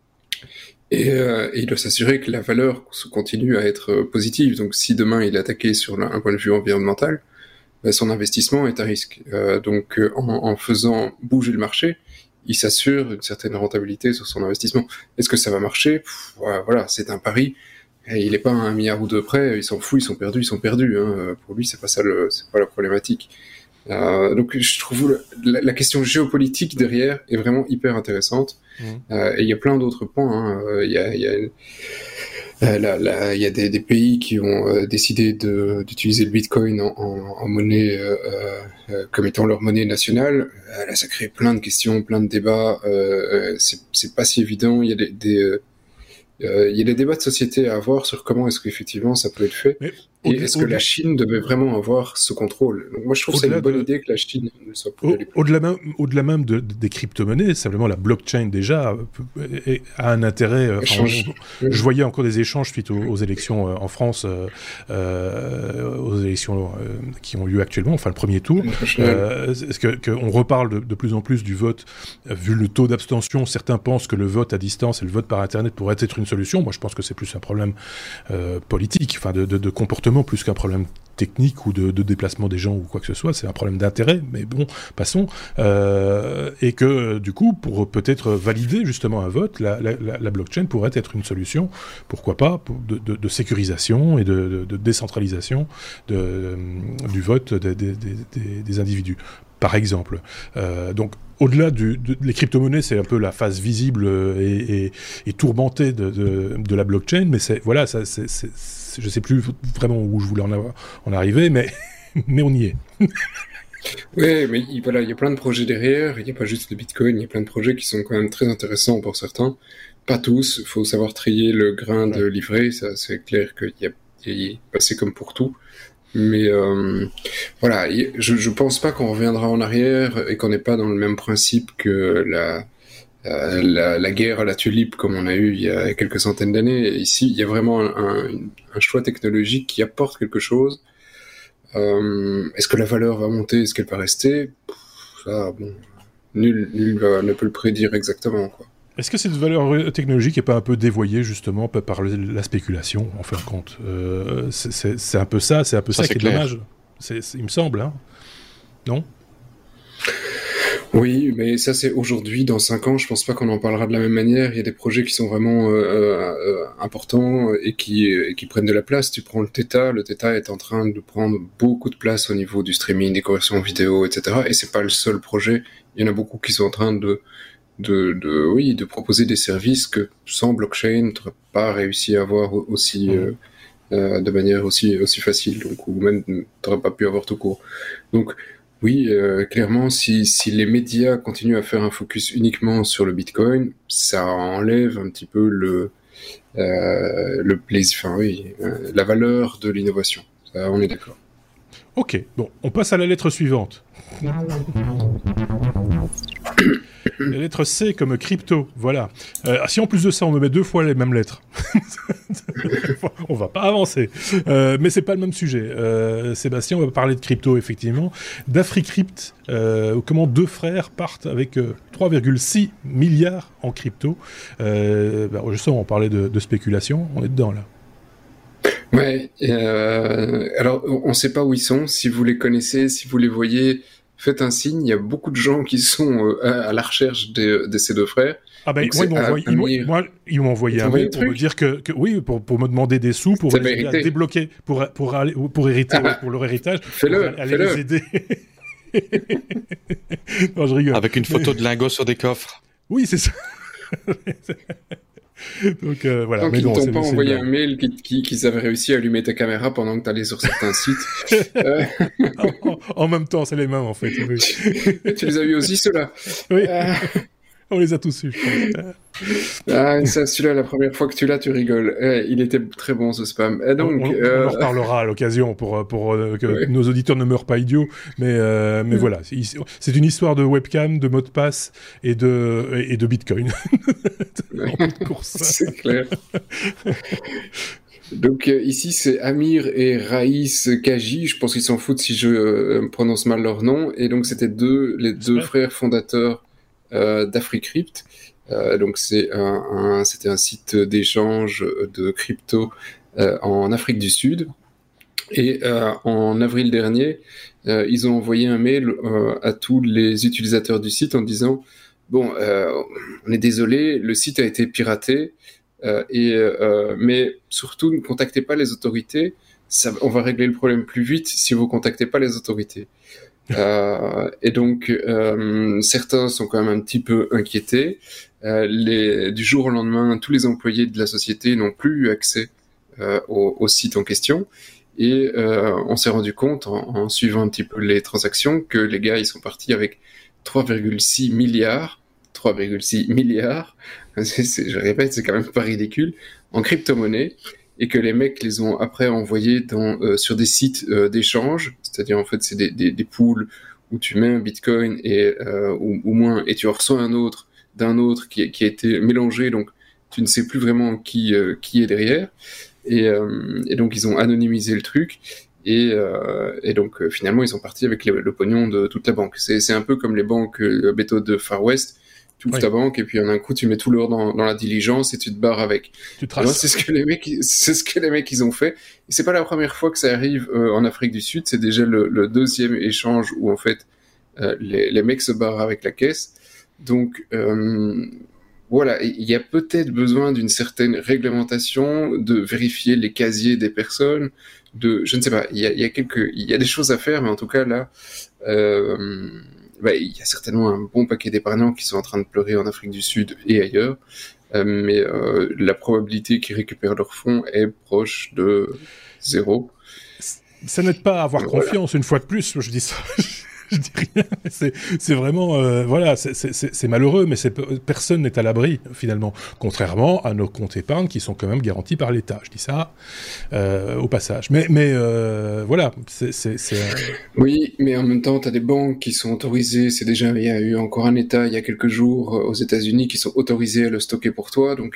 Speaker 3: Et, euh, et il doit s'assurer que la valeur continue à être positive. Donc si demain il est attaqué sur un point de vue environnemental, ben, son investissement est à risque. Euh, donc euh, en, en faisant bouger le marché, il s'assure une certaine rentabilité sur son investissement. Est-ce que ça va marcher? Pff, voilà, c'est un pari. Et il est pas à un milliard ou deux près, il s'en fout, ils sont perdus, ils sont perdus. Hein. Pour lui, c'est pas ça, le, c'est pas la problématique. Euh, donc je trouve la, la question géopolitique derrière est vraiment hyper intéressante. Mmh. Euh, et il y a plein d'autres points. Hein. Il y a, il y a, euh, là, là, il y a des, des pays qui ont euh, décidé de, d'utiliser le Bitcoin en, en, en monnaie euh, euh, comme étant leur monnaie nationale. Euh, là, ça crée plein de questions, plein de débats. Euh, c'est, c'est pas si évident. Il y a des, des euh, Euh, il y a des débats de société à avoir sur comment est-ce qu'effectivement ça peut être fait. Mais et est-ce que la Chine devait vraiment avoir ce contrôle? Donc moi je trouve que c'est une bonne de... idée que la Chine ne soit plus...
Speaker 1: Au, au-delà même, au-delà même de, de, des crypto-monnaies, simplement la blockchain déjà a un intérêt... Enfin, on, je voyais encore des échanges suite aux, aux élections en France, euh, aux élections euh, qui ont lieu actuellement, enfin le premier tour. Euh, est-ce que, que on reparle de, de plus en plus du vote, vu le taux d'abstention, certains pensent que le vote à distance et le vote par Internet pourrait être une solution. Moi je pense que c'est plus un problème euh, politique, enfin de, de, de comportement plus qu'un problème technique ou de, de déplacement des gens ou quoi que ce soit, c'est un problème d'intérêt, mais bon, passons. Euh, et que du coup, pour peut-être valider justement un vote, la, la, la blockchain pourrait être une solution, pourquoi pas, pour de, de, de sécurisation et de, de, de décentralisation de, de, du vote des, des, des, des individus, par exemple. Euh, donc, au-delà du, de, les crypto-monnaies, c'est un peu la face visible et, et, et tourmentée de, de, de la blockchain, mais c'est, voilà, ça, c'est, c'est, c'est, je ne sais plus vraiment où je voulais en, avoir, en arriver, mais, mais on y est.
Speaker 3: Oui, mais il, voilà, il y a plein de projets derrière, il n'y a pas juste le Bitcoin, il y a plein de projets qui sont quand même très intéressants pour certains. Pas tous, il faut savoir trier le grain de livret, ça, c'est clair qu'il y a, il y a passé comme pour tout. Mais euh, voilà, je, je pense pas qu'on reviendra en arrière et qu'on n'est pas dans le même principe que la, euh, la, la guerre à la tulipe comme on a eu il y a quelques centaines d'années. Et ici, il y a vraiment un, un, un choix technologique qui apporte quelque chose. Euh, est-ce que la valeur va monter? Est-ce qu'elle va rester? Ça, bon, nul, nul va, ne peut le prédire exactement, quoi.
Speaker 1: Est-ce que cette valeur technologique n'est pas un peu dévoyée justement par la spéculation, en fin de compte? euh, c'est, c'est, c'est un peu ça, c'est un peu ça, ça qui est clair. Dommage. C'est, c'est, il me semble, hein? Non?
Speaker 3: Oui, mais ça c'est aujourd'hui. Dans cinq ans, je pense pas qu'on en parlera de la même manière. Il y a des projets qui sont vraiment euh, euh, importants et qui, et qui prennent de la place. Tu prends le Theta, le Theta est en train de prendre beaucoup de place au niveau du streaming, des conversions vidéo, et cetera. Et c'est pas le seul projet. Il y en a beaucoup qui sont en train de, de, de oui, de proposer des services que sans blockchain, tu n'aurais pas réussi à avoir aussi euh, euh, de manière aussi aussi facile. Donc ou même tu n'aurais pas pu avoir tout court. Donc oui, euh, clairement, si, si les médias continuent à faire un focus uniquement sur le Bitcoin, ça enlève un petit peu le, euh, le plaisir, enfin oui, euh, la valeur de l'innovation. Ça, on est d'accord.
Speaker 1: Ok, bon, on passe à la lettre suivante. La lettre C comme crypto, voilà. Euh, si en plus de ça on me met deux fois les mêmes lettres, on va pas avancer. Euh, mais c'est pas le même sujet. Euh, Sébastien, on va parler de crypto effectivement. d'AfriCrypt, euh, comment deux frères partent avec euh, trois virgule six milliards en crypto. Euh, bah, je sais, on parlait de, de spéculation, on est dedans là.
Speaker 3: Ouais. Euh, alors on ne sait pas où ils sont. Si vous les connaissez, si vous les voyez, faites un signe. Il y a beaucoup de gens qui sont euh, à, à la recherche de, de ces deux frères.
Speaker 1: Ah ben, moi, ils m'ont envoyé, ils moi, ils m'ont envoyé un mail pour me dire que, que oui, pour, pour me demander des sous, pour les aider à débloquer, pour, pour, aller, pour hériter, ah, pour leur héritage,
Speaker 3: fais-le,
Speaker 1: pour aller
Speaker 3: fais-le.
Speaker 1: les aider. Non, je rigole.
Speaker 2: Avec une photo de lingots sur des coffres.
Speaker 1: Oui, c'est ça. Donc euh, voilà.
Speaker 3: Donc
Speaker 1: mais
Speaker 3: ils
Speaker 1: non,
Speaker 3: t'ont
Speaker 1: c'est,
Speaker 3: pas
Speaker 1: c'est
Speaker 3: envoyé
Speaker 1: bien.
Speaker 3: un mail qui, qui, qu'ils avaient réussi à allumer ta caméra pendant que tu allais sur certains sites. euh...
Speaker 1: en, en, en même temps, c'est les mêmes en fait. Oui.
Speaker 3: Tu les as eu aussi ceux-là.
Speaker 1: Oui.
Speaker 3: Euh...
Speaker 1: On les a tous eus, je pense.
Speaker 3: Ah, ça, celui-là, la première fois que tu l'as, tu rigoles. Eh, il était très bon, ce spam. Et donc,
Speaker 1: on, on,
Speaker 3: euh...
Speaker 1: on en reparlera à l'occasion pour, pour euh, que
Speaker 3: ouais.
Speaker 1: nos auditeurs ne meurent pas idiots. Mais, euh, mais ouais. Voilà, c'est, c'est une histoire de webcam, de mot de passe et de, et de Bitcoin.
Speaker 3: Ouais. De course. C'est clair. Donc euh, ici, c'est Amir et Raïs Kaji. Je pense qu'ils s'en foutent si je euh, prononce mal leur nom. Et donc, c'était deux, les deux ouais. frères fondateurs euh, d'AfriCrypt. Euh, donc c'est un, un, c'était un site d'échange de crypto euh, en Afrique du Sud. Et euh, en avril dernier, euh, ils ont envoyé un mail euh, à tous les utilisateurs du site en disant « Bon, euh, on est désolé, le site a été piraté, euh, et, euh, mais surtout ne contactez pas les autorités, ça, on va régler le problème plus vite si vous contactez pas les autorités. » Euh, et donc, euh, certains sont quand même un petit peu inquiétés. Euh, les, du jour au lendemain, tous les employés de la société n'ont plus eu accès euh, au, au site en question. Et euh, on s'est rendu compte, en, en suivant un petit peu les transactions, que les gars, ils sont partis avec trois virgule six milliards, trois virgule six milliards, c'est, c'est, je répète, c'est quand même pas ridicule, en crypto-monnaie. Et que les mecs les ont après envoyés dans, euh, sur des sites euh, d'échange, c'est-à-dire en fait c'est des, des, des pools où tu mets un bitcoin et, euh, ou, ou moins et tu en reçois un autre d'un autre qui, qui a été mélangé, donc tu ne sais plus vraiment qui, euh, qui est derrière. Et, euh, et donc ils ont anonymisé le truc et, euh, et donc euh, finalement ils sont partis avec les, le pognon de toute la banque. C'est, c'est un peu comme les banques euh, méthode de Far West. Tu ouvres oui. ta banque et puis en un coup tu mets tout l'or dans, dans la diligence et tu te barres avec.
Speaker 1: Tu traces.
Speaker 3: Alors, c'est ce que les mecs, c'est ce que les mecs ils ont fait. Et c'est pas la première fois que ça arrive euh, en Afrique du Sud. C'est déjà le, le deuxième échange où en fait euh, les, les mecs se barrent avec la caisse. Donc euh, voilà, il y a peut-être besoin d'une certaine réglementation, de vérifier les casiers des personnes, de, je ne sais pas, il y a, il y a quelques, il y a des choses à faire, mais en tout cas là. Euh, Bah, il y a certainement un bon paquet d'épargnants qui sont en train de pleurer en Afrique du Sud et ailleurs, euh, mais euh, la probabilité qu'ils récupèrent leurs fonds est proche de zéro.
Speaker 1: Ça n'aide pas à avoir voilà. confiance, une fois de plus, je dis ça. Je dis rien, c'est, c'est vraiment, euh, voilà, c'est, c'est, c'est malheureux, mais c'est, personne n'est à l'abri, finalement, contrairement à nos comptes épargne qui sont quand même garantis par l'État. Je dis ça euh, au passage. Mais, mais euh, voilà, c'est... c'est, c'est euh...
Speaker 3: Oui, mais en même temps, tu as des banques qui sont autorisées, c'est déjà, il y a eu encore un État, il y a quelques jours, aux États-Unis, qui sont autorisés à le stocker pour toi, donc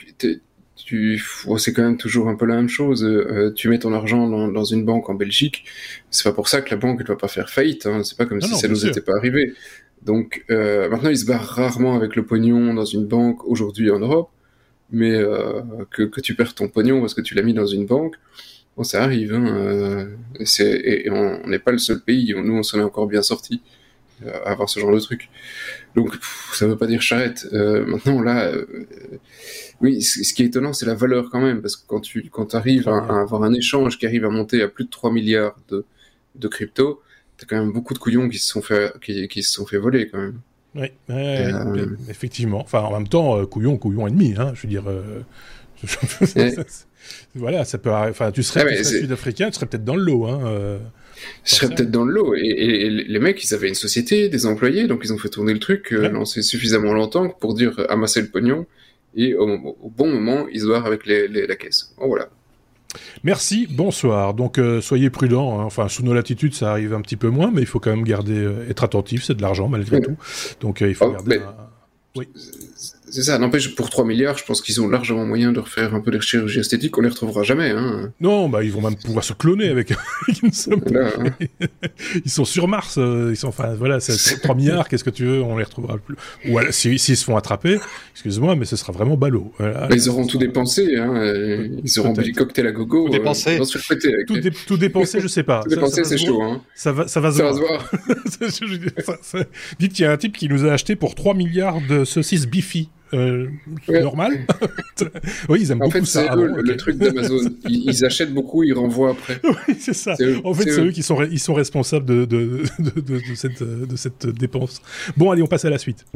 Speaker 3: tu, oh, c'est quand même toujours un peu la même chose. Euh, tu mets ton argent dans, dans une banque en Belgique, c'est pas pour ça que la banque ne va pas faire faillite. Hein. C'est pas comme non, si non, ça nous sûr. était pas arrivé. Donc euh, maintenant, ils se barrent rarement avec le pognon dans une banque aujourd'hui en Europe, mais euh, que, que tu perds ton pognon parce que tu l'as mis dans une banque, bon, ça arrive. Hein. Euh, c'est, et on n'est pas le seul pays. Nous, on s'en est encore bien sortis. à avoir ce genre de truc. Donc pff, ça veut pas dire charrette. Euh, maintenant là, euh, oui, c- ce qui est étonnant, c'est la valeur quand même, parce que quand tu quand arrives à, à avoir un échange qui arrive à monter à plus de trois milliards de de crypto, t'as quand même beaucoup de couillons qui se sont fait qui, qui se sont fait voler quand même.
Speaker 1: Oui, ouais, euh... effectivement. Enfin, en même temps, euh, couillon, couillon et demi, hein. Je veux dire. Euh... ouais. Voilà, ça peut. Enfin, tu serais, ah, tu serais sud-africain, tu serais peut-être dans le lot, hein. Euh...
Speaker 3: Je serais peut-être dans le lot. Et, et, et les mecs, ils avaient une société, des employés, donc ils ont fait tourner le truc, euh, ouais. lancé suffisamment longtemps pour dire euh, amasser le pognon. Et au, au bon moment, ils se barrent avec les, les, la caisse. Bon, voilà.
Speaker 1: Merci, bonsoir. Donc euh, soyez prudents. Hein. Enfin, sous nos latitudes, ça arrive un petit peu moins, mais il faut quand même garder, euh, être attentif. C'est de l'argent malgré mmh. tout. Donc euh, il faut oh, garder. Un...
Speaker 3: Oui. C'est ça, n'empêche, pour trois milliards, je pense qu'ils ont largement moyen de refaire un peu des chirurgies esthétiques, on les retrouvera jamais. Hein.
Speaker 1: Non, bah ils vont même pouvoir se cloner avec une somme. Là, hein. Ils sont sur Mars, euh, ils sont, enfin voilà, c'est trois milliards, qu'est-ce que tu veux, on les retrouvera plus. Ou alors, s'ils si, si se font attraper, excuse-moi, mais ce sera vraiment ballot. Voilà,
Speaker 3: ils auront tout dépensé, hein. Ils auront bu du cocktail à gogo.
Speaker 2: Tout dépensé.
Speaker 3: Euh,
Speaker 1: tout, dé tout dépensé, je sais pas.
Speaker 3: Tout dépensé, c'est chaud. Hein.
Speaker 1: Ça va, ça va se
Speaker 3: ça
Speaker 1: voir.
Speaker 3: Va se
Speaker 1: voir. Dites qu'il y a un type qui nous a acheté pour trois milliards de saucisses Bifi. Euh, ouais. Normal. Oui, ils aiment
Speaker 3: en
Speaker 1: beaucoup
Speaker 3: fait,
Speaker 1: ça.
Speaker 3: En fait, c'est le truc d'Amazon. Ils, ils achètent beaucoup, ils renvoient après.
Speaker 1: Oui, c'est ça. Eux. En fait, c'est eux. eux qui sont, ils sont responsables de, de, de, de, de, cette, de cette dépense. Bon, allez, on passe à la suite.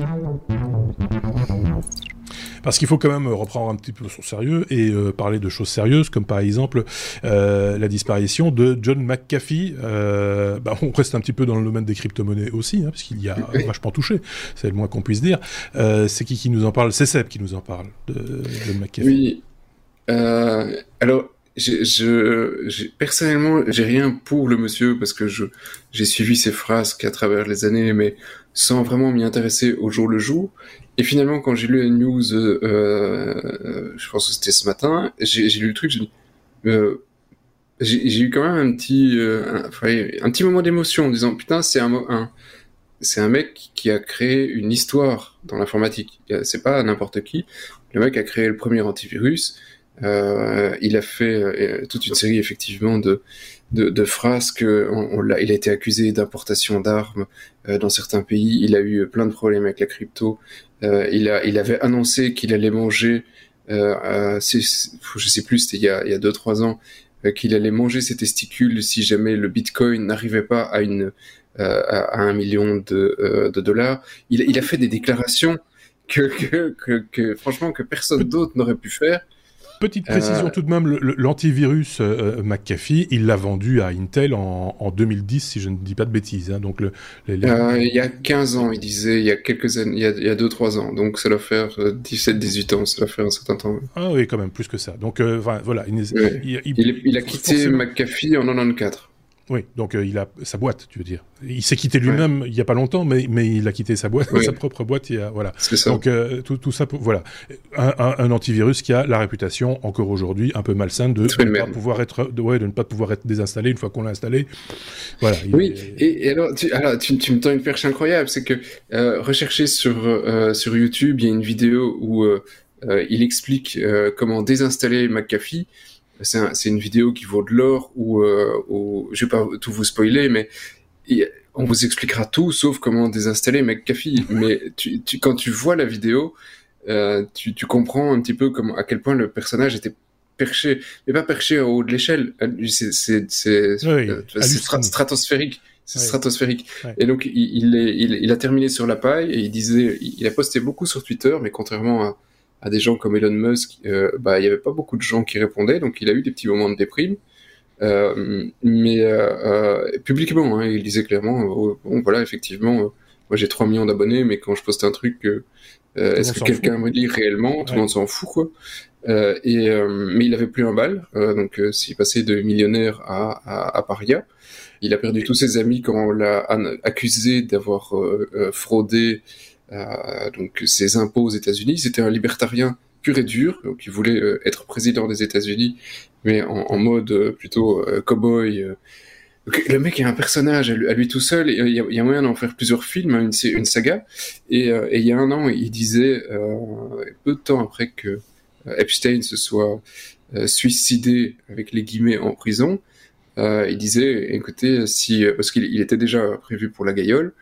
Speaker 1: Parce qu'il faut quand même reprendre un petit peu son sérieux et euh, parler de choses sérieuses, comme par exemple euh, la disparition de John McAfee. Euh, bah, on reste un petit peu dans le domaine des crypto-monnaies aussi, hein, parce qu'il y a oui. vachement touché, c'est le moins qu'on puisse dire. Euh, c'est qui qui nous en parle? C'est Seb qui nous en parle, de, de John McAfee.
Speaker 3: Oui. Euh, alors, je, je, j'ai, personnellement, j'ai rien pour le monsieur, parce que je, j'ai suivi ses frasques à travers les années, mais sans vraiment m'y intéresser au jour le jour. Et finalement, quand j'ai lu la news, euh, euh, je pense que c'était ce matin, j'ai, j'ai lu le truc, j'ai dit, euh, j'ai, j'ai eu quand même un petit, euh, un, un petit moment d'émotion en disant, putain, c'est un, un, c'est un mec qui a créé une histoire dans l'informatique. C'est pas n'importe qui. Le mec a créé le premier antivirus. Euh, il a fait euh, toute une série effectivement de de, de frasques. On, on l'a, il a été accusé d'importation d'armes euh, dans certains pays. Il a eu plein de problèmes avec la crypto. Euh, il a, il avait annoncé qu'il allait manger. Euh, euh, c'est, c'est, je sais plus, c'était il y a, il y a deux trois ans, euh, qu'il allait manger ses testicules si jamais le Bitcoin n'arrivait pas à une euh, à, à un million de, euh, de dollars. Il, il a fait des déclarations que que, que, que franchement que personne d'autre n'aurait pu faire.
Speaker 1: Petite précision euh... tout de même, le, le, l'antivirus euh, McAfee, il l'a vendu à Intel en, en deux mille dix, si je ne dis pas de bêtises. Hein. Donc le, les, les...
Speaker 3: Euh, il y a quinze ans, il disait, il y a quelques années, il y a, il y a deux trois ans. Donc ça doit faire dix-sept dix-huit ans, ça doit faire un certain temps.
Speaker 1: Ah oui, quand même, plus que ça. Donc euh, voilà. Il,
Speaker 3: ouais.
Speaker 1: il,
Speaker 3: il, il, il a quitté forcément... McAfee en quatre-vingt-quatorze.
Speaker 1: Oui, donc euh, il a sa boîte, tu veux dire. Il s'est quitté lui-même ouais. il y a pas longtemps, mais mais il a quitté sa boîte, ouais. sa propre boîte. Il y a, voilà.
Speaker 3: C'est ça.
Speaker 1: Donc euh, tout tout ça, pour, voilà, un, un, un antivirus qui a la réputation encore aujourd'hui un peu malsaine de, de ne pas pouvoir être, de, ouais, de ne pas pouvoir être désinstallé une fois qu'on l'a installé. Voilà.
Speaker 3: Oui.
Speaker 1: Est...
Speaker 3: Et, et alors, tu, alors tu, tu me tends une perche incroyable, c'est que euh, rechercher sur euh, sur YouTube, il y a une vidéo où euh, euh, il explique euh, comment désinstaller McAfee. C'est, un, c'est une vidéo qui vaut de l'or où, euh, où je vais pas tout vous spoiler, mais on vous expliquera tout sauf comment désinstaller McAfee. Mais tu, tu, quand tu vois la vidéo, euh, tu, tu comprends un petit peu comment, à quel point le personnage était perché, mais pas perché au haut de l'échelle. C'est, c'est, c'est,
Speaker 1: oui,
Speaker 3: euh, c'est stra- stratosphérique. C'est oui. stratosphérique.
Speaker 1: Ouais.
Speaker 3: Et donc, il, il, est, il, il a terminé sur la paille et il disait, il a posté beaucoup sur Twitter, mais contrairement à à des gens comme Elon Musk, euh, bah il y avait pas beaucoup de gens qui répondaient, donc il a eu des petits moments de déprime, euh, mais euh, euh, publiquement, hein, il disait clairement, euh, bon voilà effectivement, euh, moi j'ai trois millions d'abonnés, mais quand je poste un truc, euh, euh, est-ce que quelqu'un fout. me lit réellement, ouais. Tout le monde s'en fout quoi. Euh, et euh, mais il avait plus un bal, euh, donc euh, s'il passait de millionnaire à, à, à paria, il a perdu tous ses amis quand on l'a accusé d'avoir euh, euh, fraudé. Euh, donc ses impôts aux États-Unis. C'était un libertarien pur et dur, donc il voulait euh, être président des États-Unis, mais en, en mode euh, plutôt euh, cow-boy. Euh. Le mec est un personnage à lui, à lui tout seul. Il y, y a moyen d'en faire plusieurs films, hein, une, une saga. Et, euh, et il y a un an, il disait, euh, peu de temps après que Epstein se soit euh, suicidé avec les guillemets en prison, euh, il disait, écoutez, si parce qu'il il était déjà prévu pour la gaïole.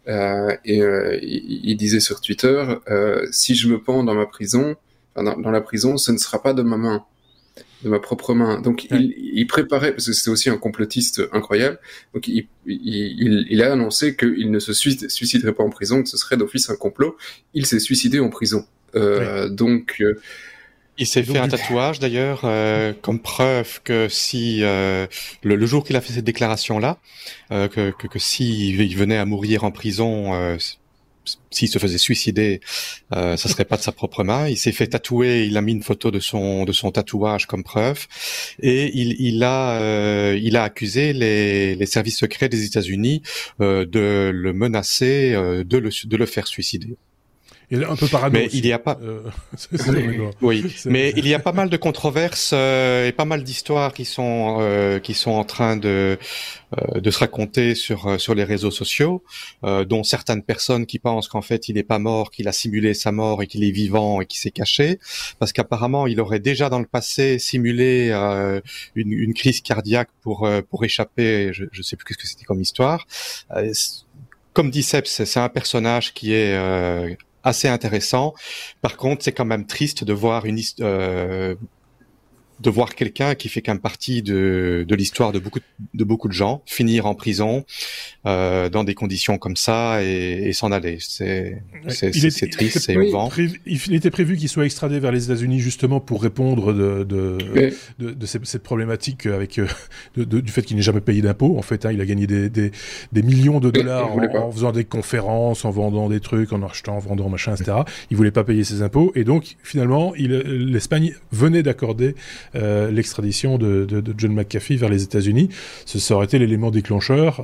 Speaker 3: Euh, et euh, il, il disait sur Twitter, euh, si je me pends dans ma prison, enfin, dans, dans la prison, ce ne sera pas de ma main, de ma propre main. Donc ouais. il, il préparait, parce que c'était aussi un complotiste incroyable, donc il, il, il, il a annoncé qu'il ne se suiciderait pas en prison, que ce serait d'office un complot. Il s'est suicidé en prison. Euh, ouais. Donc... Euh,
Speaker 2: Il s'est fait un tatouage d'ailleurs euh, comme preuve que si euh, le, le jour qu'il a fait cette déclaration-là, euh, que, que, que si il venait à mourir en prison, euh, s'il se faisait suicider, euh, ça serait pas de sa propre main. Il s'est fait tatouer, il a mis une photo de son de son tatouage comme preuve, et il, il a euh, il a accusé les, les services secrets des États-Unis euh, de le menacer, euh, de le de le faire suicider.
Speaker 1: Il est un peu parano.
Speaker 2: Mais
Speaker 1: aussi.
Speaker 2: il y a pas.
Speaker 1: Euh, c'est, c'est
Speaker 2: oui, c'est... mais il y a pas mal de controverses euh, et pas mal d'histoires qui sont euh, qui sont en train de euh, de se raconter sur sur les réseaux sociaux, euh, dont certaines personnes qui pensent qu'en fait il n'est pas mort, qu'il a simulé sa mort et qu'il est vivant et qu'il s'est caché, parce qu'apparemment il aurait déjà dans le passé simulé euh, une, une crise cardiaque pour euh, pour échapper. Je, je sais plus qu'est-ce que c'était comme histoire. Euh, comme dit Seb, c'est, c'est un personnage qui est euh, assez intéressant. Par contre, c'est quand même triste de voir une euh, de voir quelqu'un qui fait quand même partie de de l'histoire de beaucoup de beaucoup de gens finir en prison euh, dans des conditions comme ça et, et s'en aller. C'est c'est, c'est, c'est triste, c'est émouvant.
Speaker 1: Il était prévu qu'il soit extradé vers les États-Unis justement pour répondre de de oui. de, de cette, cette problématique avec de, de, du fait qu'il n'ait jamais payé d'impôts. En fait, hein, il a gagné des des, des millions de dollars en, en faisant des conférences, en vendant des trucs, en achetant, en vendant machin, et cetera. Il voulait pas payer ses impôts et donc finalement, il, l'Espagne venait d'accorder Euh, l'extradition de, de, de John McAfee vers les États-Unis. Ce, ça aurait été l'élément déclencheur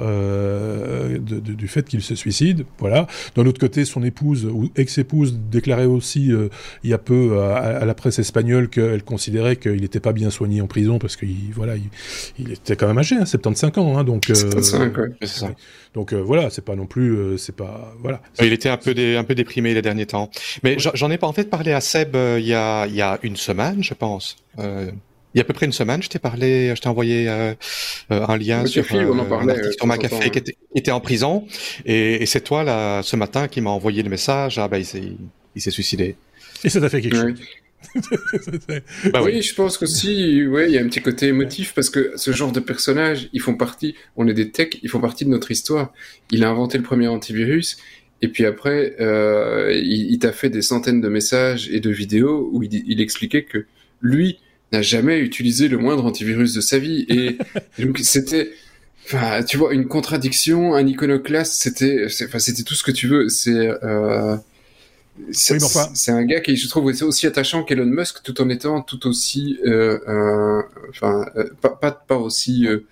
Speaker 1: euh, de, de, du fait qu'il se suicide. Voilà. D'un autre côté, son épouse ou ex-épouse déclarait aussi euh, il y a peu à, à la presse espagnole qu'elle considérait qu'il n'était pas bien soigné en prison parce qu'il voilà, il, il était quand même âgé, hein, soixante-quinze ans. Hein, donc, euh,
Speaker 3: soixante-cinq, ouais, c'est ça.
Speaker 1: Donc euh, voilà, c'est pas non plus, euh, c'est pas voilà.
Speaker 2: Il était un peu dé, un peu déprimé les derniers temps. Mais ouais. j'en ai pas en fait parlé à Seb euh, il y a il y a une semaine, je pense. Euh, il y a à peu près une semaine, je t'ai parlé, je t'ai envoyé euh, euh, un lien sur,
Speaker 3: fille, on en parlait,
Speaker 2: euh, sur McAfee qui était, qui était en prison, et, et c'est toi là ce matin qui m'a envoyé le message. Ah bah il s'est il s'est suicidé.
Speaker 1: Et ça t'a fait quelque
Speaker 3: ouais.
Speaker 1: chose.
Speaker 3: bah oui, oui, je pense qu'aussi, ouais, il y a un petit côté émotif parce que ce genre de personnages, ils font partie, on est des techs, ils font partie de notre histoire. Il a inventé le premier antivirus. Et puis après, euh, il, il t'a fait des centaines de messages et de vidéos où il, il expliquait que lui n'a jamais utilisé le moindre antivirus de sa vie. Et donc c'était, enfin, tu vois, une contradiction, un iconoclaste, c'était, c'est, enfin, c'était tout ce que tu veux. C'est, euh, c'est, oui, enfin... c'est un gars qui, je trouve, est aussi attachant qu'Elon Musk, tout en étant tout aussi, euh, euh, enfin, euh, pas, pas, pas aussi, euh,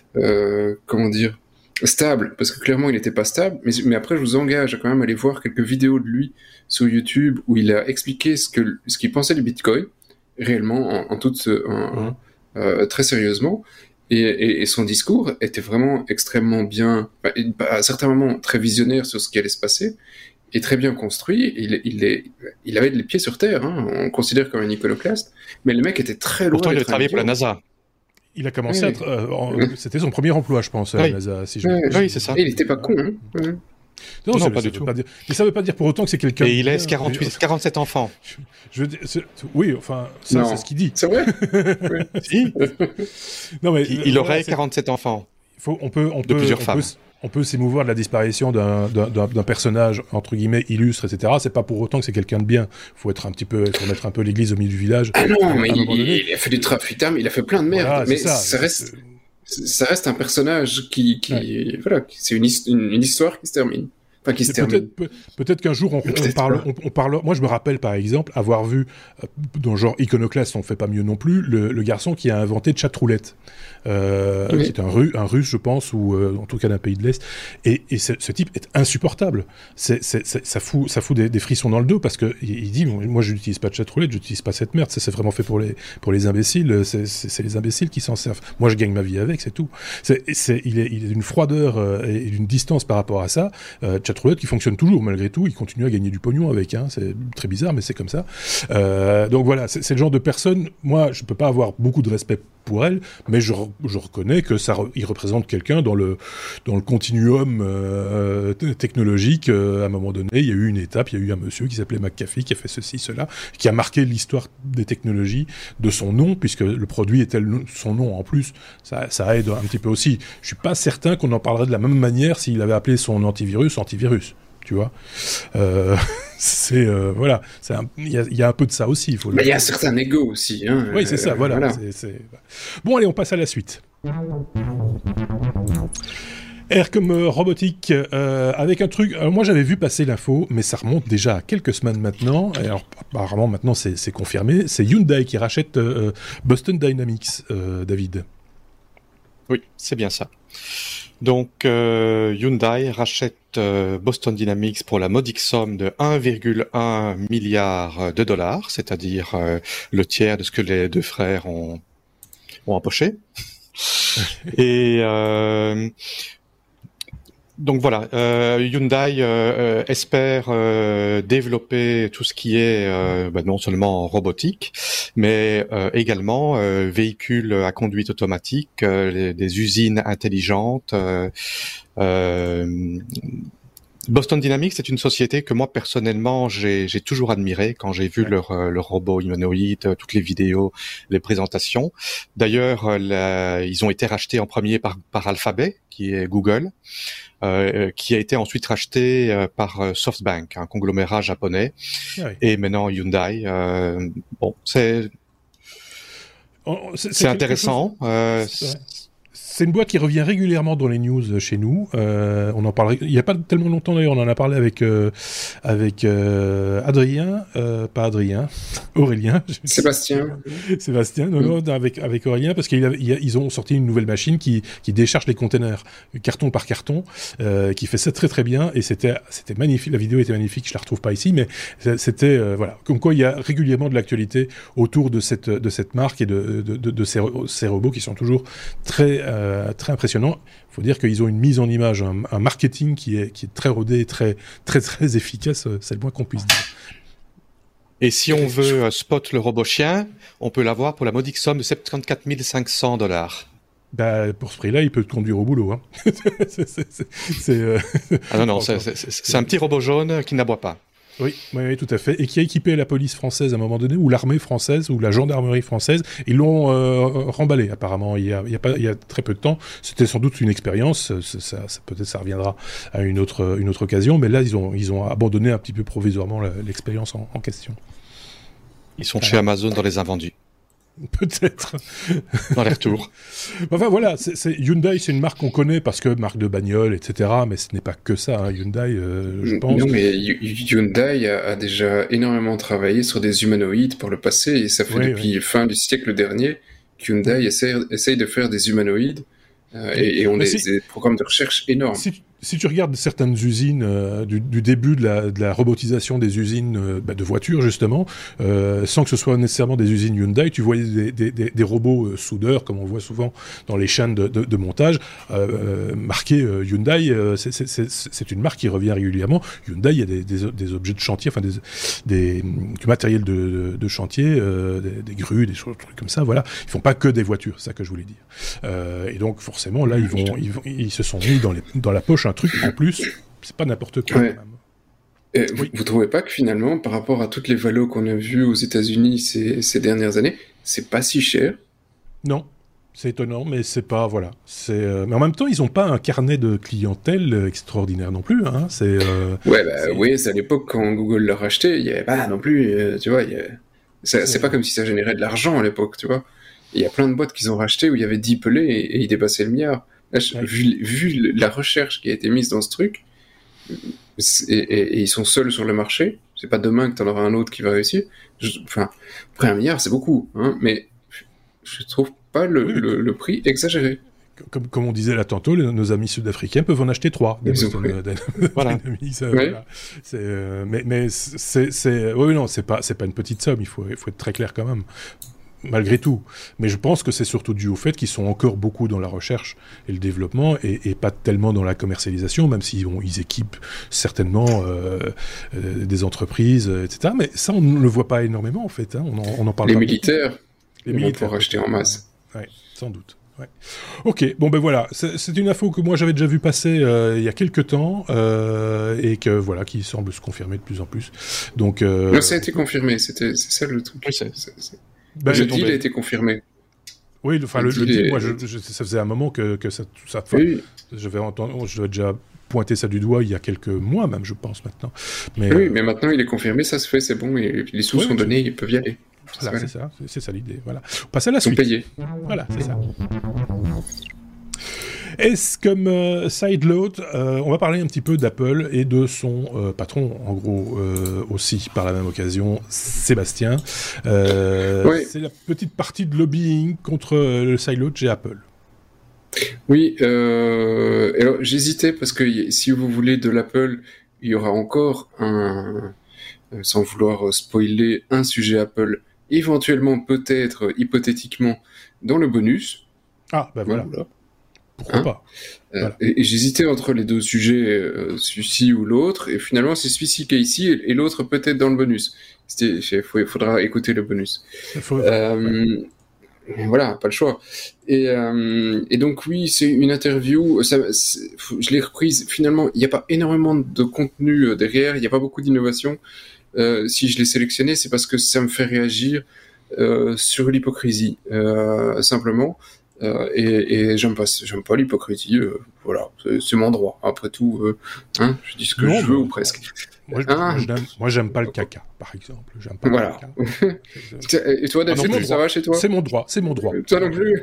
Speaker 3: euh, comment dire, stable, parce que clairement il n'était pas stable, mais, mais après je vous engage à quand même aller voir quelques vidéos de lui sur YouTube où il a expliqué ce, que, ce qu'il pensait du Bitcoin, réellement, en, en toute, en, mmh. euh, très sérieusement, et, et, et son discours était vraiment extrêmement bien, enfin, à certains moments très visionnaire sur ce qui allait se passer, et très bien construit. Il, il, est, il avait les pieds sur terre, hein, on le considère comme un iconoclaste, mais le mec était très loin.
Speaker 2: Pourtant il a travaillé pour la NASA.
Speaker 1: Il a commencé oui. à... Tra- euh, en, c'était son premier emploi, je pense, à
Speaker 2: oui.
Speaker 1: la NASA. Si je
Speaker 2: oui, oui, c'est ça.
Speaker 3: Et il était pas con, hein. Oui.
Speaker 1: Non,
Speaker 2: non
Speaker 1: ça,
Speaker 2: pas
Speaker 1: ça
Speaker 2: du tout.
Speaker 1: Pas dire... Mais ça veut pas dire pour autant que c'est quelqu'un...
Speaker 2: Et il laisse quarante-huit, quarante-sept enfants.
Speaker 1: Je, je veux dire, c'est... Oui, enfin, ça,
Speaker 3: non.
Speaker 1: c'est ce qu'il dit.
Speaker 3: C'est vrai.
Speaker 2: Oui. Si.
Speaker 1: Non, mais,
Speaker 2: il, il aurait voilà, quarante-sept enfants.
Speaker 1: Faut, on peut, on
Speaker 2: de
Speaker 1: peut,
Speaker 2: plusieurs
Speaker 1: on
Speaker 2: femmes.
Speaker 1: Peut, on peut s'émouvoir de la disparition d'un, d'un, d'un, d'un personnage, entre guillemets, illustre, et cetera. C'est pas pour autant que c'est quelqu'un de bien. Faut être un petit peu, faut mettre un peu l'église au milieu du village.
Speaker 3: Ah non, mais il, il a fait du trafic d'armes, il a fait plein de merde. Voilà, mais ça, ça reste...
Speaker 1: C'est...
Speaker 3: Ça reste un personnage qui, qui ouais. voilà, c'est une, une, une histoire qui se termine. Enfin, qui se termine.
Speaker 1: Peut-être, peut, peut-être qu'un jour on, on parle, on, on parle. Moi, je me rappelle par exemple avoir vu euh, dans le genre Iconoclast, on fait pas mieux non plus, le, le garçon qui a inventé Chatroulette, euh, oui. qui est un, ru, un russe, je pense, ou euh, en tout cas d'un pays de l'Est. Et, et ce, ce type est insupportable. C'est, c'est, c'est, ça fout, ça fout des, des frissons dans le dos parce que il, il dit, moi, je n'utilise pas de Chatroulette, je n'utilise pas cette merde. Ça, c'est vraiment fait pour les pour les imbéciles. C'est, c'est, c'est les imbéciles qui s'en servent. Moi, je gagne ma vie avec, c'est tout. C'est, c'est, il est, il est d'une froideur euh, et d'une distance par rapport à ça. Euh, Chatroulette qui fonctionne toujours malgré tout, il continue à gagner du pognon avec, hein. C'est très bizarre mais c'est comme ça. Euh, donc voilà, c'est, c'est le genre de personne, moi je peux pas avoir beaucoup de respect pour elle, mais je, je reconnais que ça, il représente quelqu'un dans le dans le continuum euh, technologique. Euh, à un moment donné, il y a eu une étape, il y a eu un monsieur qui s'appelait McAfee qui a fait ceci, cela, qui a marqué l'histoire des technologies de son nom, puisque le produit était le, son nom en plus. Ça, ça aide un petit peu aussi. Je suis pas certain qu'on en parlerait de la même manière s'il avait appelé son antivirus antivirus. Tu vois, euh, c'est euh, voilà, il y a, y a un peu de ça aussi. Il faut.
Speaker 3: Mais il y a un certain ego aussi. Hein,
Speaker 1: oui, c'est ça. Euh, voilà. voilà. C'est, c'est... Bon, allez, on passe à la suite. R comme euh, robotique, euh, avec un truc. Alors moi, j'avais vu passer l'info, mais ça remonte déjà à quelques semaines maintenant. Et alors, apparemment, maintenant, c'est, c'est confirmé. C'est Hyundai qui rachète euh, Boston Dynamics, euh, David.
Speaker 2: Oui, c'est bien ça. Donc, euh, Hyundai rachète euh, Boston Dynamics pour la modique somme de un virgule un milliard de dollars, c'est-à-dire euh, le tiers de ce que les deux frères ont, ont empoché. Et euh, donc voilà, euh, Hyundai euh, espère euh, développer tout ce qui est euh, bah, non seulement robotique, mais euh, également euh, véhicules à conduite automatique, euh, les, des usines intelligentes. Euh, euh, Boston Dynamics, c'est une société que moi personnellement j'ai, j'ai toujours admiré quand j'ai vu ouais. leur, leur robot humanoïde, toutes les vidéos, les présentations. D'ailleurs, la, ils ont été rachetés en premier par, par Alphabet, qui est Google. Euh, qui a été ensuite racheté euh, par euh, SoftBank, un conglomérat japonais, ah oui. Et maintenant Hyundai. Euh, bon, c'est oh, c'est, c'est, c'est intéressant.
Speaker 1: Chose... Euh, c'est, c'est une boîte qui revient régulièrement dans les news chez nous. Euh, on en parle. Il n'y a pas tellement longtemps d'ailleurs. On en a parlé avec euh, avec euh, Adrien, euh, pas Adrien, Aurélien.
Speaker 3: Sébastien.
Speaker 1: Sébastien. Non, non, avec avec Aurélien parce qu'ils ont sorti une nouvelle machine qui qui décharge les containers carton par carton, euh, qui fait ça très très bien et c'était c'était magnifique. La vidéo était magnifique. Je la retrouve pas ici, mais c'était euh, voilà. Comme quoi il y a régulièrement de l'actualité autour de cette de cette marque et de de de, de ces, ces robots qui sont toujours très euh, très impressionnant. Il faut dire qu'ils ont une mise en image, un, un marketing qui est, qui est très rodé, très, très, très efficace, c'est le moins qu'on puisse dire.
Speaker 2: Et si on veut euh, spot le robot chien, on peut l'avoir pour la modique somme de soixante-quatre mille cinq cents dollars.
Speaker 1: Bah, pour ce prix-là, il peut te conduire au boulot. Hein. c'est, c'est, c'est, c'est, euh...
Speaker 2: Ah non, non, c'est, c'est, c'est, c'est un petit robot jaune qui n'aboie pas.
Speaker 1: Oui, oui, oui, tout à fait. Et qui a équipé la police française à un moment donné, ou l'armée française, ou la gendarmerie française. Ils l'ont euh, remballé, apparemment, il y, a, il, y a pas, il y a très peu de temps. C'était sans doute une expérience. Ça, ça, ça, peut-être ça reviendra à une autre, une autre occasion. Mais là, ils ont, ils ont abandonné un petit peu provisoirement la, l'expérience en, en question.
Speaker 2: Ils sont ah. chez Amazon dans les invendus.
Speaker 1: Peut-être.
Speaker 2: Dans les retours.
Speaker 1: Enfin voilà, c'est, c'est, Hyundai, c'est une marque qu'on connaît parce que marque de bagnole, et cetera. Mais ce n'est pas que ça, hein, Hyundai, euh, je pense.
Speaker 3: Non, mais Hyundai a, a déjà énormément travaillé sur des humanoïdes par le passé, et ça fait oui, depuis oui. fin du siècle dernier qu'Hyundai oui. essaye, essaye de faire des humanoïdes, euh, et, et on a si, des programmes de recherche énormes.
Speaker 1: Si, si tu regardes certaines usines euh, du, du début de la, de la robotisation des usines euh, bah, de voitures justement, euh, sans que ce soit nécessairement des usines Hyundai, tu voyais des, des, des, des robots euh, soudeurs comme on voit souvent dans les chaînes de, de, de montage, euh, marqués euh, Hyundai. Euh, c'est, c'est, c'est, c'est une marque qui revient régulièrement. Hyundai, il y a des, des, des objets de chantier, enfin des, des, du matériel de, de, de chantier, euh, des, des grues, des choses, des trucs comme ça. Voilà, ils font pas que des voitures, c'est ça que je voulais dire. Euh, et donc forcément là, ils vont, ils, vont, ils se sont mis dans, les, dans la poche un truc en plus, c'est pas n'importe quoi.
Speaker 3: Ouais. Et oui. Vous, vous trouvez pas que finalement, par rapport à toutes les valos qu'on a vues aux États-Unis ces, ces dernières années, c'est pas si cher?
Speaker 1: Non, c'est étonnant, mais c'est pas voilà. C'est euh... mais en même temps, ils ont pas un carnet de clientèle extraordinaire non plus. Hein. C'est euh...
Speaker 3: ouais, bah
Speaker 1: c'est...
Speaker 3: oui, c'est à l'époque quand Google l'a racheté, il y avait pas non plus, euh, tu vois, il y avait... c'est, c'est... c'est pas comme si ça générait de l'argent à l'époque, tu vois. Il y a plein de boîtes qu'ils ont rachetées où il y avait dix pelés et, et ils dépassaient le milliard. Là, je, ouais. vu, vu la recherche qui a été mise dans ce truc, et, et, et ils sont seuls sur le marché, c'est pas demain que t'en auras un autre qui va réussir. Je, enfin, après un milliard, c'est beaucoup, hein, mais je trouve pas le, oui, le, le prix exagéré.
Speaker 1: Comme, comme on disait là tantôt, les, nos amis sud-africains peuvent en acheter trois. Des Boston, euh, voilà. Ça, ouais. Voilà. C'est, euh, mais mais c'est, c'est, oui, non, c'est pas, c'est pas une petite somme. Il faut, il faut être très clair quand même. Malgré tout. Mais je pense que c'est surtout dû au fait qu'ils sont encore beaucoup dans la recherche et le développement et, et pas tellement dans la commercialisation, même s'ils bon, ils équipent certainement euh, euh, des entreprises, et cetera. Mais ça, on ne le voit pas énormément, en fait. Hein. On, en, on en parle
Speaker 3: Les
Speaker 1: pas
Speaker 3: militaires,
Speaker 1: les
Speaker 3: ils
Speaker 1: militaires
Speaker 3: vont pouvoir acheter en masse.
Speaker 1: ouais, sans doute. Ouais. Ok, bon ben voilà, c'est, c'est une info que moi j'avais déjà vu passer euh, il y a quelques temps euh, et que voilà, qui semble se confirmer de plus en plus. Donc euh...
Speaker 3: non, ça a été confirmé, c'était c'est ça le truc. Oui, c'est, c'est, c'est... Ben, le deal a été confirmé.
Speaker 1: Oui, enfin le, le, le deal, est... moi je, je, ça faisait un moment que que ça, ça oui. j'avais entendu, je devais déjà pointer ça du doigt il y a quelques mois même, je pense maintenant. Mais
Speaker 3: oui,
Speaker 1: euh...
Speaker 3: mais maintenant il est confirmé, ça se fait, c'est bon, et les sous oui, sont oui, donnés, ils peuvent y aller.
Speaker 1: Voilà, c'est ça, c'est, c'est ça l'idée. Voilà. On passe à la
Speaker 3: Ils sont
Speaker 1: suite.
Speaker 3: Payés.
Speaker 1: Voilà, c'est ça. Est-ce comme euh, Sideload, euh, on va parler un petit peu d'Apple et de son euh, patron, en gros, euh, aussi par la même occasion, Sébastien. Euh, oui. C'est la petite partie de lobbying contre euh, le Sideload chez Apple.
Speaker 3: Oui, euh, alors j'hésitais parce que si vous voulez de l'Apple, il y aura encore un, sans vouloir spoiler, un sujet Apple, éventuellement, peut-être, hypothétiquement, dans le bonus.
Speaker 1: Ah, ben voilà. voilà. Pourquoi hein pas
Speaker 3: euh, voilà. et, et j'hésitais entre les deux sujets, euh, celui-ci ou l'autre, et finalement c'est celui-ci qui est ici, et, et l'autre peut-être dans le bonus. Il faudra écouter le bonus.
Speaker 1: Faut...
Speaker 3: Euh, ouais. Voilà, pas le choix. Et, euh, et donc oui, c'est une interview, ça, je l'ai reprise, finalement, il n'y a pas énormément de contenu derrière, il n'y a pas beaucoup d'innovation. Euh, si je l'ai sélectionné, c'est parce que ça me fait réagir euh, sur l'hypocrisie, euh, simplement. Euh, et, et j'aime pas, j'aime pas l'hypocrisie. Euh, voilà, c'est, c'est mon droit. Après tout, euh, hein, je dis ce que non, je veux ou presque.
Speaker 1: Moi, je, hein moi, j'aime, moi, j'aime pas le caca, par exemple. J'aime pas
Speaker 3: voilà.
Speaker 1: le
Speaker 3: caca. Et toi, David, ah non, ça va chez toi ?
Speaker 1: C'est mon droit, c'est mon droit.
Speaker 3: Toi non plus.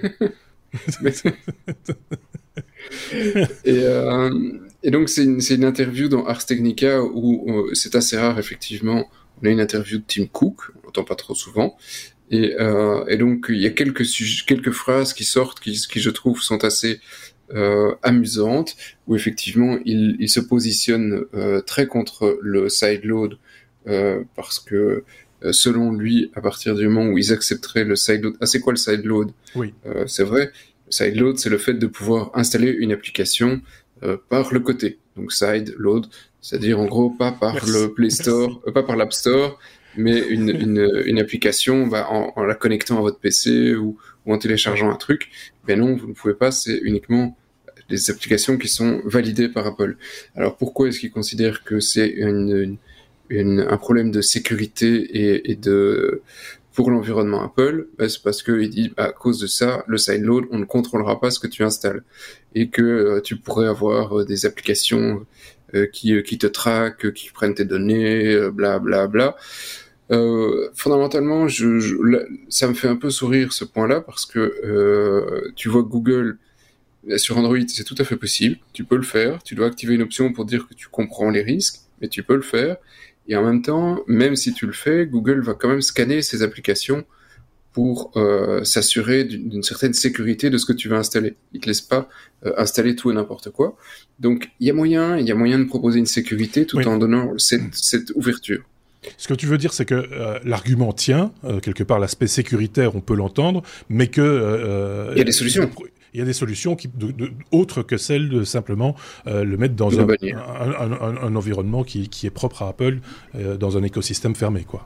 Speaker 3: et, euh, et donc c'est une, c'est une interview dans Ars Technica où euh, c'est assez rare, effectivement. On a une interview de Tim Cook, on l'entend pas trop souvent. Et, euh, et donc il y a quelques sujets, quelques phrases qui sortent, qui, qui je trouve sont assez euh, amusantes, où effectivement il, il se positionne euh, très contre le sideload euh, parce que euh, selon lui, à partir du moment où ils accepteraient le sideload, ah c'est quoi le sideload ?
Speaker 1: Oui,
Speaker 3: euh, c'est vrai. Le sideload, c'est le fait de pouvoir installer une application euh, par le côté. Donc sideload, c'est-à-dire en gros pas par Merci. le Play Store, euh, pas par l'App Store. Mais une, une, une application, bah, en, en la connectant à votre P C ou, ou en téléchargeant un truc, ben non, vous ne pouvez pas, c'est uniquement des applications qui sont validées par Apple. Alors pourquoi est-ce qu'ils considèrent que c'est une, une, une, un problème de sécurité et, et de pour l'environnement Apple ? Ben, c'est parce qu'ils disent, bah, à cause de ça, le sideload, on ne contrôlera pas ce que tu installes. Et que euh, tu pourrais avoir euh, des applications euh, qui, euh, qui te traquent, qui prennent tes données, euh, bla bla bla. Euh, fondamentalement, je, je, là, ça me fait un peu sourire ce point-là parce que euh, tu vois Google sur Android, c'est tout à fait possible. Tu peux le faire. Tu dois activer une option pour dire que tu comprends les risques, mais tu peux le faire. Et en même temps, même si tu le fais, Google va quand même scanner ces applications pour euh, s'assurer d'une, d'une certaine sécurité de ce que tu vas installer. Il te laisse pas euh, installer tout et n'importe quoi. Donc, il y a moyen, il y a moyen de proposer une sécurité tout oui. en donnant cette, cette ouverture.
Speaker 1: Ce que tu veux dire, c'est que euh, l'argument tient, euh, quelque part l'aspect sécuritaire, on peut l'entendre, mais que... Euh,
Speaker 3: il y a des solutions.
Speaker 1: Il y a des solutions qui, de, de, autres que celles de simplement euh, le mettre dans un, un, un, un environnement qui, qui est propre à Apple, euh, dans un écosystème fermé, quoi.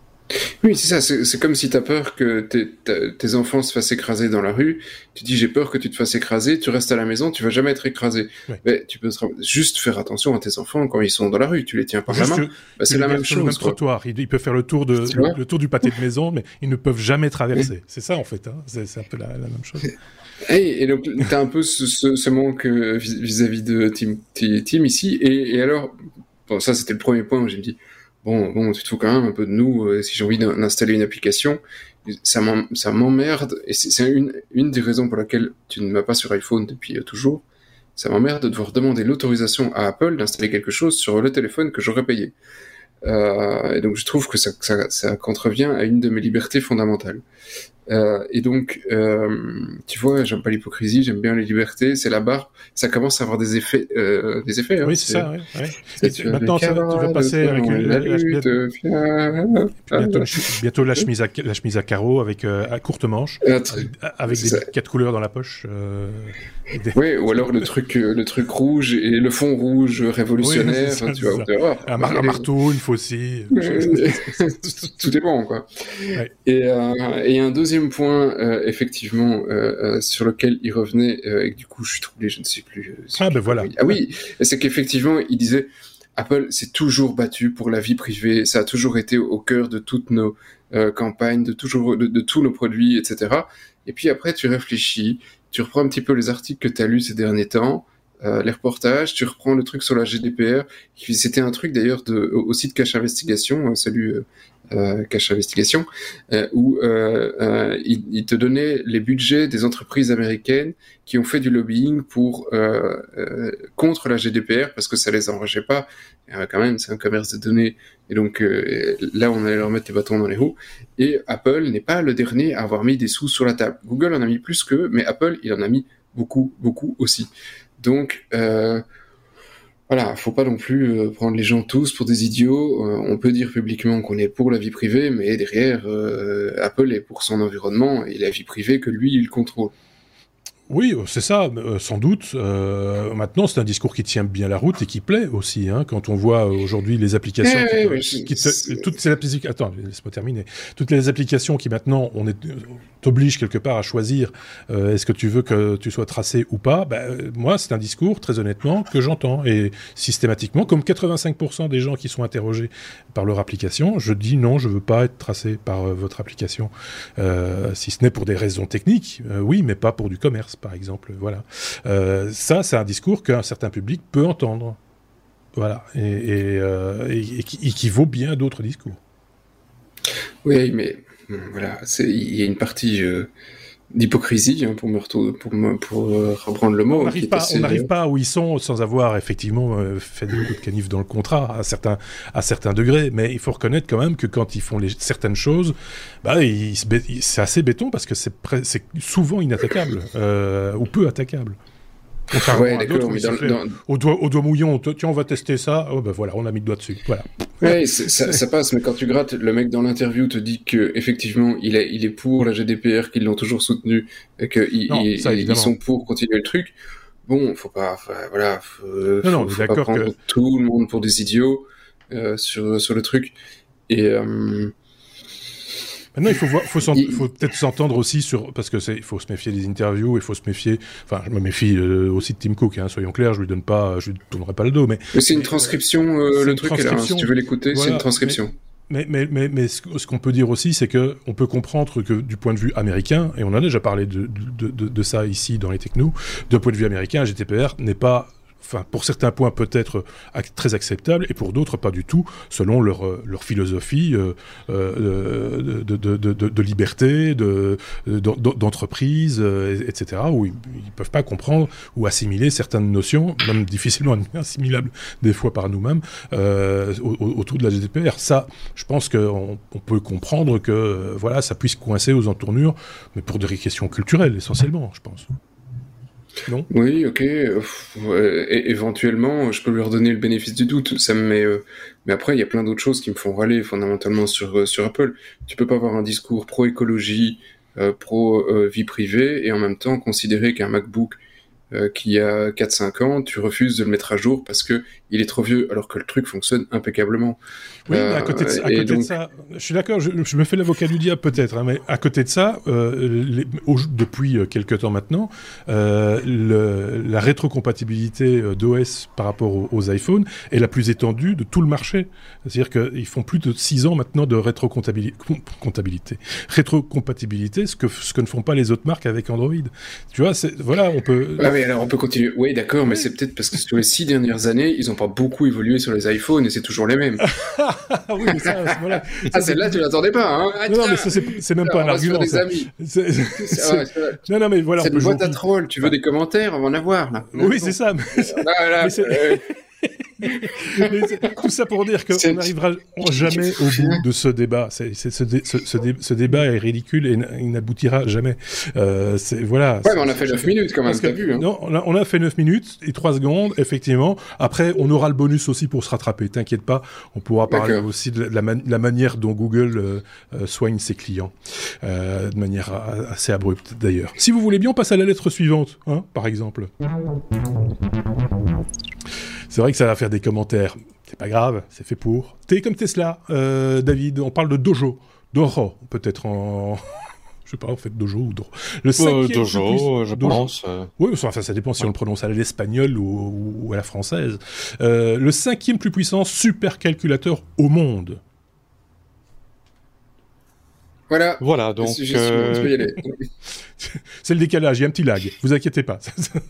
Speaker 3: Oui, c'est ça. C'est, c'est comme si tu as peur que tes, tes enfants se fassent écraser dans la rue. Tu dis, j'ai peur que tu te fasses écraser. Tu restes à la maison, tu vas jamais être écrasé. Ouais. Mais tu peux juste faire attention à tes enfants quand ils sont dans la rue. Tu les tiens par juste la main. Bah, c'est la même chose.
Speaker 1: Le même trottoir. Ils, ils peuvent faire le tour de le, le tour du pâté de maison, mais ils ne peuvent jamais traverser. Oui. C'est ça en fait. Hein. C'est, c'est un peu la, la même chose.
Speaker 3: Hey, et donc t'as un peu ce, ce, ce manque vis-à-vis de Tim, Tim ici. Et, et alors, bon, ça c'était le premier point où j'ai dit. Bon, bon, tu te fous quand même un peu de nous. Euh, si j'ai envie d'installer une application, ça, m'en, ça m'emmerde. Et c'est, c'est une, une des raisons pour laquelle tu ne m'as pas sur iPhone depuis euh, toujours. Ça m'emmerde de devoir demander l'autorisation à Apple d'installer quelque chose sur le téléphone que j'aurais payé. Euh, et donc je trouve que ça, ça, ça contrevient à une de mes libertés fondamentales. Euh, et donc, euh, tu vois, j'aime pas l'hypocrisie, j'aime bien les libertés. C'est la barre, ça commence à avoir des effets, euh, des effets. Hein,
Speaker 1: oui, c'est, c'est ça. Oui. Ouais. Tu, maintenant, ça, tu vas passer avec une, la, la, lutte, la, la, bientôt, bientôt la chemise à la chemise à carreaux avec euh, à courte manche, avec, avec des ça. quatre couleurs dans la poche. Euh,
Speaker 3: des... Oui, ou alors le truc, le truc rouge et le fond rouge révolutionnaire. Oui, ça, tu vois, tu vois,
Speaker 1: un, mar- un marteau, une faucille.
Speaker 3: tout est bon, quoi. Ouais. Et il euh, y a un deuxième deuxième point, euh, effectivement, euh, euh, sur lequel il revenait, euh, et que du coup je suis troublé, je ne sais plus. Euh,
Speaker 1: ah ben voilà.
Speaker 3: Ah oui, c'est qu'effectivement, il disait, Apple s'est toujours battu pour la vie privée, ça a toujours été au cœur de toutes nos euh, campagnes, de, toujours, de, de tous nos produits, et cetera. Et puis après, tu réfléchis, tu reprends un petit peu les articles que tu as lus ces derniers temps, euh, les reportages, tu reprends le truc sur la G D P R, qui, c'était un truc d'ailleurs de, aussi de Cache Investigation, hein, salut euh, euh, Cache Investigation, euh, où euh, euh, il, il te donnait les budgets des entreprises américaines qui ont fait du lobbying pour euh, euh, contre la G D P R, parce que ça les enrageait pas. Euh, quand même, c'est un commerce de données, et donc euh, là, on allait leur mettre les bâtons dans les roues. Et Apple n'est pas le dernier à avoir mis des sous sur la table. Google en a mis plus qu'eux, mais Apple, il en a mis beaucoup, beaucoup aussi. Donc, euh, voilà, faut pas non plus euh, prendre les gens tous pour des idiots. Euh, on peut dire publiquement qu'on est pour la vie privée, mais derrière, euh, Apple est pour son environnement et la vie privée que lui, il contrôle.
Speaker 1: Oui, c'est ça, euh, sans doute. Euh, maintenant, c'est un discours qui tient bien la route et qui plaît aussi. Hein, quand on voit euh, aujourd'hui les applications,
Speaker 3: eh,
Speaker 1: qui,
Speaker 3: oui,
Speaker 1: qui, qui te, toutes ces applications. Attends, laisse-moi terminer. Toutes les applications qui maintenant, on est t'obligent quelque part à choisir. Euh, est-ce que tu veux que tu sois tracé ou pas ? Ben, moi, c'est un discours, très honnêtement, que j'entends et systématiquement, comme quatre-vingt-cinq pour cent des gens qui sont interrogés par leur application, je dis non, je veux pas être tracé par euh, votre application, euh, si ce n'est pour des raisons techniques, euh, oui, mais pas pour du commerce, par exemple. Voilà. Euh, ça, c'est un discours qu'un certain public peut entendre. Voilà. Et, et, euh, et, et, qui, et qui vaut bien d'autres discours.
Speaker 3: Oui, mais voilà, c'est, il y a une partie euh, d'hypocrisie, hein, pour me retourner, pour me, pour euh, reprendre le mot.
Speaker 1: On n'arrive pas, assez... on n'arrive pas où ils sont sans avoir effectivement euh, fait des coups de canif dans le contrat à certains, à certains degrés. Mais il faut reconnaître quand même que quand ils font les, certaines choses, bah, ils, ils, c'est assez béton parce que c'est, pré- c'est souvent inattaquable euh, ou peu attaquable.
Speaker 3: Ouais, d'accord, mais dans, dans...
Speaker 1: Au, doigt, au doigt mouillon, tiens, on va tester ça. Oh, ben voilà, on a mis le doigt dessus. Voilà.
Speaker 3: Ouais, c'est, ça, ça passe, mais quand tu grattes, le mec dans l'interview te dit que effectivement, il est, il est pour la G D P R, qu'ils l'ont toujours soutenu, et qu'ils ils sont pour continuer le truc. Bon, faut pas, enfin, voilà, faut,
Speaker 1: non, non,
Speaker 3: faut, faut pas prendre que... tout le monde pour des idiots euh, sur sur le truc. Et euh...
Speaker 1: Maintenant, il faut, voir, faut, il... faut peut-être s'entendre aussi sur, parce que c'est, il faut se méfier des interviews, il faut se méfier, enfin, je me méfie euh, aussi de Tim Cook, hein, soyons clairs, je lui donne pas, je lui tournerai pas le dos, mais.
Speaker 3: Mais c'est une transcription, euh, c'est le une truc est là, hein, si tu veux l'écouter, voilà, c'est une transcription.
Speaker 1: Mais, mais, mais, mais, mais ce, ce qu'on peut dire aussi, c'est que on peut comprendre que du point de vue américain, et on a déjà parlé de, de, de, de ça ici dans les technos, d'un point de vue américain, G D P R n'est pas, enfin, pour certains points peut-être ac- très acceptable, et pour d'autres pas du tout, selon leur, leur philosophie euh, euh, de, de, de, de, de liberté, de, de, d'entreprise, euh, et cetera, où ils ne peuvent pas comprendre ou assimiler certaines notions, même difficilement assimilables des fois par nous-mêmes, euh, autour de la G D P R. Ça, je pense qu'on on peut comprendre que euh, voilà, ça puisse coincer aux entournures, mais pour des questions culturelles essentiellement, je pense. Non.
Speaker 3: Oui, ok. Euh, et éventuellement, je peux lui redonner le bénéfice du doute. Ça me met. Euh... Mais après, il y a plein d'autres choses qui me font râler fondamentalement sur euh, sur Apple. Tu peux pas avoir un discours pro écologie, euh, pro euh, vie privée, et en même temps considérer qu'un MacBook euh, qui a quatre cinq ans, tu refuses de le mettre à jour parce que il est trop vieux, alors que le truc fonctionne impeccablement.
Speaker 1: Oui, euh, mais à côté de, à côté donc... de ça, je suis d'accord, je, je me fais l'avocat du diable peut-être, hein, mais à côté de ça, euh, les, au, depuis quelques temps maintenant, euh, le, la rétrocompatibilité d'O S par rapport aux, aux iPhones est la plus étendue de tout le marché. C'est-à-dire qu'ils font plus de six ans maintenant de rétrocompatibilité. Rétrocompatibilité, ce que, ce que ne font pas les autres marques avec Android. Tu vois, c'est, voilà, on peut...
Speaker 3: Ah oui, alors on peut continuer. Oui, d'accord, oui. Mais c'est peut-être parce que sur les six dernières années, ils n'ont pas beaucoup évolué sur les iPhones et c'est toujours les mêmes.
Speaker 1: Oui, mais ça, voilà.
Speaker 3: Ah, celle-là, tu l'attendais pas, hein.
Speaker 1: Ah, non, non, mais ça, c'est, c'est même pas un argument.
Speaker 3: Des amis.
Speaker 1: C'est, c'est, c'est, c'est... Non, non, mais voilà.
Speaker 3: C'est une boîte à troll. Tu veux des commentaires, on va en avoir, là.
Speaker 1: Oui, c'est ça. Mais c'est... Là, là, mais c'est... Euh... Mais tout ça pour dire qu'on n'arrivera jamais au bout de ce débat. C'est, c'est, ce, dé, ce, ce, dé, ce débat est ridicule et il n'aboutira jamais. Euh, c'est, voilà.
Speaker 3: Ouais, mais on a fait neuf minutes quand même, t'as vu. Hein.
Speaker 1: Non, on a, on a fait neuf minutes et trois secondes, effectivement. Après, on aura le bonus aussi pour se rattraper. T'inquiète pas, on pourra parler D'accord. aussi de la, man- la manière dont Google euh, euh, soigne ses clients. Euh, de manière a- assez abrupte, d'ailleurs. Si vous voulez bien, on passe à la lettre suivante, hein, par exemple. C'est vrai que ça va faire des commentaires. C'est pas grave, c'est fait pour. T'es comme Tesla, euh, David. On parle de Dojo. Doro, peut-être en... Je sais pas, en fait, Dojo ou Dro. Le cinquième
Speaker 2: euh, Dojo, plus... je Dojo. pense. Euh...
Speaker 1: Oui, enfin, ça dépend si ouais. on le prononce à l'espagnol ou, ou à la française. Euh, le cinquième plus puissant supercalculateur au monde.
Speaker 3: Voilà.
Speaker 2: Voilà, donc...
Speaker 3: Euh...
Speaker 1: C'est le décalage, il y a un petit lag, vous inquiétez pas.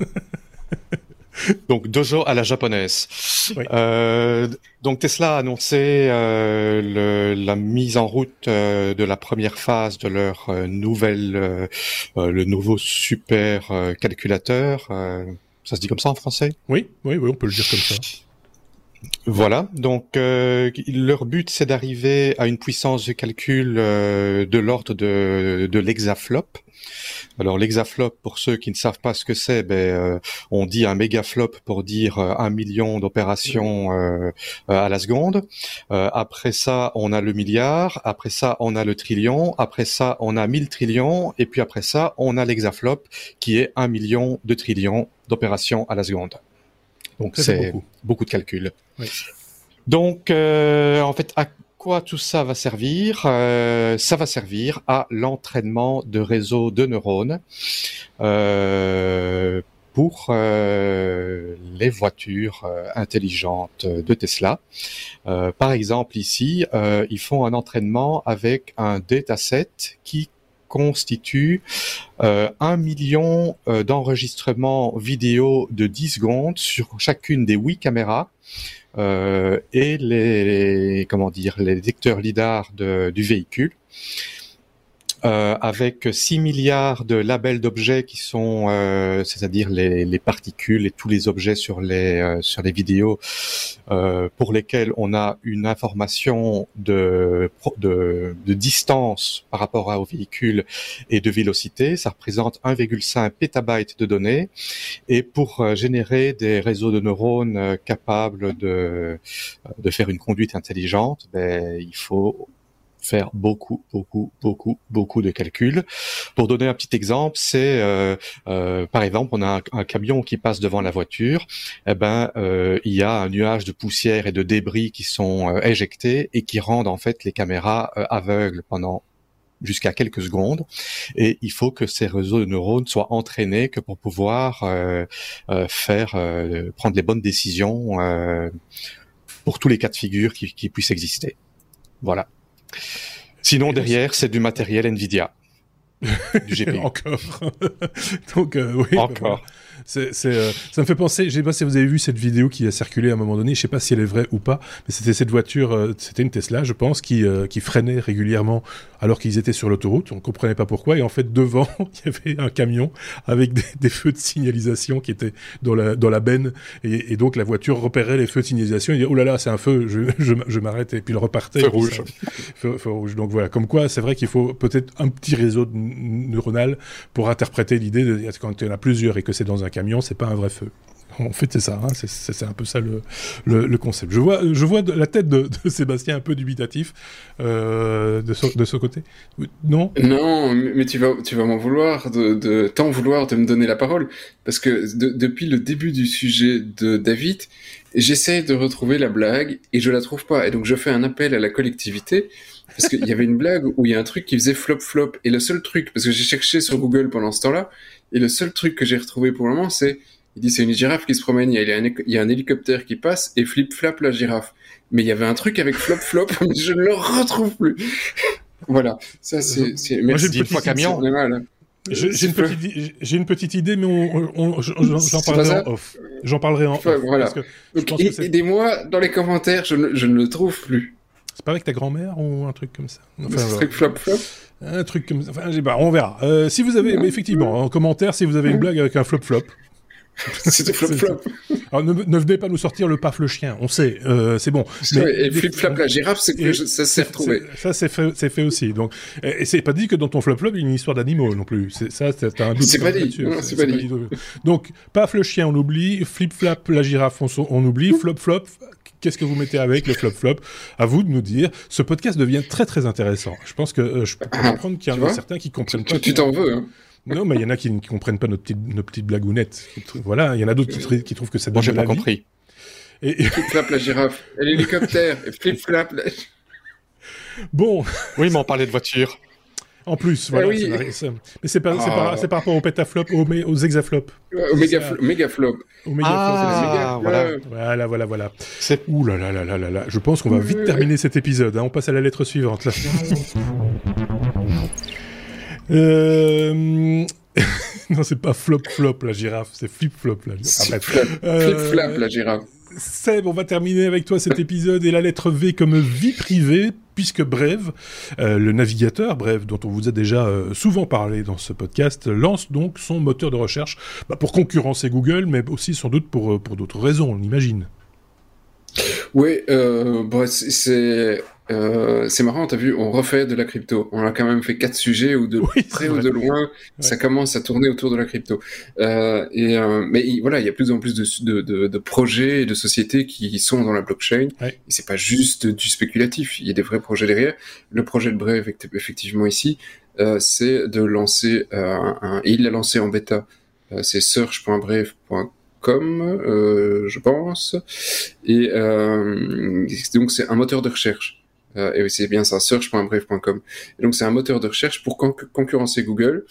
Speaker 2: Donc Dojo à la japonaise. Oui. Euh, donc Tesla a annoncé euh, le, la mise en route euh, de la première phase de leur euh, nouvelle, euh, euh, le nouveau super euh, calculateur. Euh, ça se dit comme ça en français ?
Speaker 1: Oui, oui, oui, on peut le dire comme ça.
Speaker 2: Voilà, donc euh, leur but c'est d'arriver à une puissance de calcul euh, de l'ordre de, de l'hexaflop. Alors l'hexaflop, pour ceux qui ne savent pas ce que c'est, ben euh, on dit un mégaflop pour dire euh, un million d'opérations euh, à la seconde. Euh, après ça, on a le milliard. Après ça, on a le trillion. Après ça, on a mille trillions. Et puis après ça, on a l'hexaflop qui est un million de trillions d'opérations à la seconde. Donc ça, c'est, c'est beaucoup. beaucoup de calculs.
Speaker 1: Oui.
Speaker 2: Donc euh, en fait, à quoi tout ça va servir ? euh, Ça va servir à l'entraînement de réseaux de neurones euh, pour euh, les voitures euh, intelligentes de Tesla. Euh, par exemple, ici, euh, ils font un entraînement avec un dataset qui constitue euh, un million euh, d'enregistrements vidéo de dix secondes sur chacune des huit caméras. Euh, et les, les comment dire les détecteurs lidar de, du véhicule, euh, avec six milliards de labels d'objets qui sont, euh, c'est-à-dire les, les particules et tous les objets sur les euh, sur les vidéos, euh, pour lesquels on a une information de, de de distance par rapport au véhicule et de vélocité. Ça représente un virgule cinq pétabytes de données. Et pour euh, générer des réseaux de neurones euh, capables de de faire une conduite intelligente, ben il faut faire beaucoup, beaucoup, beaucoup, beaucoup de calculs. Pour donner un petit exemple, c'est euh, euh, par exemple, on a un, un camion qui passe devant la voiture. Eh ben, euh, il y a un nuage de poussière et de débris qui sont euh, éjectés et qui rendent en fait les caméras euh, aveugles pendant jusqu'à quelques secondes. Et il faut que ces réseaux de neurones soient entraînés que pour pouvoir euh, euh, faire euh, prendre les bonnes décisions euh, pour tous les cas de figure qui, qui puissent exister. Voilà. Sinon, derrière, c'est du matériel Nvidia. Du G P U.
Speaker 1: Encore. Donc, euh, oui.
Speaker 2: Encore.
Speaker 1: C'est, c'est, euh, ça me fait penser, je sais pas si vous avez vu cette vidéo qui a circulé à un moment donné, je sais pas si elle est vraie ou pas, mais c'était cette voiture, euh, c'était une Tesla, je pense, qui, euh, qui freinait régulièrement alors qu'ils étaient sur l'autoroute, on comprenait pas pourquoi, et en fait, devant, il y avait un camion avec des, des feux de signalisation qui étaient dans la, dans la benne, et, et donc la voiture repérait les feux de signalisation, et disait, oh là là, c'est un feu, je, je, je m'arrête, et puis il repartait.
Speaker 2: Feu rouge.
Speaker 1: Ça, feu, feu rouge. Donc voilà, comme quoi, c'est vrai qu'il faut peut-être un petit réseau de neuronal pour interpréter l'idée de, quand il y en a plusieurs et que c'est dans un camion, c'est pas un vrai feu. En fait, c'est ça, hein, c'est, c'est, c'est un peu ça le, le, le concept. Je vois, je vois de la tête de, de Sébastien un peu dubitatif euh, de, ce, de ce côté. Non ?
Speaker 3: Non, mais tu vas, tu vas m'en vouloir, de, de t'en vouloir de me donner la parole, parce que de, depuis le début du sujet de David, j'essaie de retrouver la blague et je la trouve pas. Et donc je fais un appel à la collectivité. Parce qu'il y avait une blague où il y a un truc qui faisait flop-flop. Et le seul truc, parce que j'ai cherché sur Google pendant ce temps-là, et le seul truc que j'ai retrouvé pour le moment, c'est, il dit c'est une girafe qui se promène, il y a un, il y a un hélicoptère qui passe, et flip-flap la girafe. Mais il y avait un truc avec flop-flop, mais je ne le retrouve plus. Voilà. Ça, c'est, c'est,
Speaker 2: moi, j'ai une petite camion.
Speaker 3: On est mal, hein.
Speaker 1: Je, j'ai, une petite, j'ai une petite idée, mais on, on, on, j'en, j'en parlerai en off. J'en parlerai en
Speaker 3: enfin,
Speaker 1: off.
Speaker 3: Voilà.
Speaker 1: Parce que
Speaker 3: donc, je pense que c'est... aidez-moi dans les commentaires, je ne, je ne le trouve plus.
Speaker 1: C'est pas avec ta grand-mère ou un truc comme ça?
Speaker 3: Enfin, un truc flop flop.
Speaker 1: Un truc comme ça. Enfin, j'ai pas, on verra. Euh, si vous avez, mais effectivement, en commentaire, si vous avez une blague avec un flop flop.
Speaker 3: C'était flop flop.
Speaker 1: Alors ne, ne venez pas nous sortir le paf le chien, on sait, euh, c'est bon.
Speaker 3: Mais, et flip flop la girafe, c'est que et, ça s'est retrouvé.
Speaker 1: C'est, ça c'est fait, c'est fait aussi. Donc, et, et c'est pas dit que dans ton flop flop il y a une histoire d'animaux non plus. C'est ça, c'est un doute.
Speaker 3: C'est pas dit. Non, c'est, c'est, pas, c'est dit. pas dit.
Speaker 1: Donc paf le chien, on oublie. Flip flop la girafe, on, on oublie. Flop flop. Qu'est-ce que vous mettez avec le flop-flop ? À vous de nous dire. Ce podcast devient très très intéressant. Je pense que euh, je peux comprendre qu'il y en a certains qui comprennent
Speaker 3: tu,
Speaker 1: pas.
Speaker 3: Tu t'en veux, hein ?
Speaker 1: Non, mais il y en a qui ne comprennent pas nos petites, nos petites blagounettes. Voilà, il y en a d'autres qui, qui trouvent que ça donne
Speaker 2: Moi, j'ai
Speaker 1: de la
Speaker 2: pas
Speaker 1: vie.
Speaker 2: compris.
Speaker 1: Et...
Speaker 3: Flip-flap la girafe, et l'hélicoptère, et flip-flap la...
Speaker 1: Bon.
Speaker 2: Oui, mais on parlait de voiture.
Speaker 1: En plus, voilà.
Speaker 3: Ah oui.
Speaker 1: c'est, mais c'est, pas, ah. c'est, par, c'est par rapport aux pétaflops, aux, aux hexaflops.
Speaker 3: Au méga-flop. Méga-flop.
Speaker 1: Au méga-flop.
Speaker 2: Ah, voilà.
Speaker 1: Voilà, voilà, voilà. C'est... Ouh là là là là là là. Je pense qu'on va vite terminer cet épisode. Hein. On passe à la lettre suivante, là. euh... non, c'est pas flop-flop, la girafe. C'est flip-flop, la girafe.
Speaker 3: C'est flip, euh... flip-flap, la girafe.
Speaker 1: Seb, on va terminer avec toi cet épisode et la lettre V comme vie privée, puisque Brave, euh, le navigateur Brave, dont on vous a déjà euh, souvent parlé dans ce podcast, lance donc son moteur de recherche bah, pour concurrencer Google, mais aussi sans doute pour, pour d'autres raisons, on imagine.
Speaker 3: Oui, euh, bah, c'est... Euh, c'est marrant, t'as vu, on refait de la crypto. On a quand même fait quatre sujets où de oui, près ou de loin, ouais. ça commence à tourner autour de la crypto. Euh, et euh, mais il, voilà, il y a de plus en plus de, de, de, de projets et de sociétés qui sont dans la blockchain. Ouais. Et c'est pas juste du spéculatif. Il y a des vrais projets derrière. Le projet de Brave, effectivement ici, euh, c'est de lancer euh, un, et il l'a lancé en bêta. Euh, c'est search point brave point com, euh, je pense. Et euh, donc c'est un moteur de recherche. Euh, et c'est bien ça, search point brave point com. Et donc c'est un moteur de recherche pour con- concurrencer Google.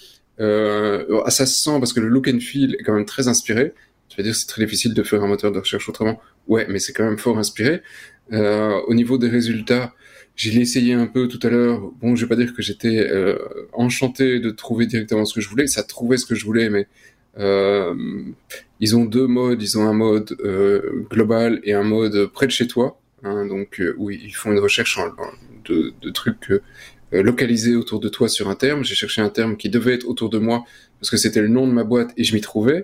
Speaker 3: Euh, ça se sent parce que le look and feel est quand même très inspiré. Tu vas dire c'est très difficile de faire un moteur de recherche autrement. Ouais, mais c'est quand même fort inspiré. Euh, au niveau des résultats, j'ai essayé un peu tout à l'heure. Bon, je vais pas dire que j'étais euh, enchanté de trouver directement ce que je voulais. Ça trouvait ce que je voulais, mais euh, ils ont deux modes. Ils ont un mode euh, global et un mode près de chez toi. Hein, donc euh, où ils font une recherche en, en, de, de trucs euh, localisés autour de toi sur un terme. J'ai cherché un terme qui devait être autour de moi parce que c'était le nom de ma boîte et je m'y trouvais.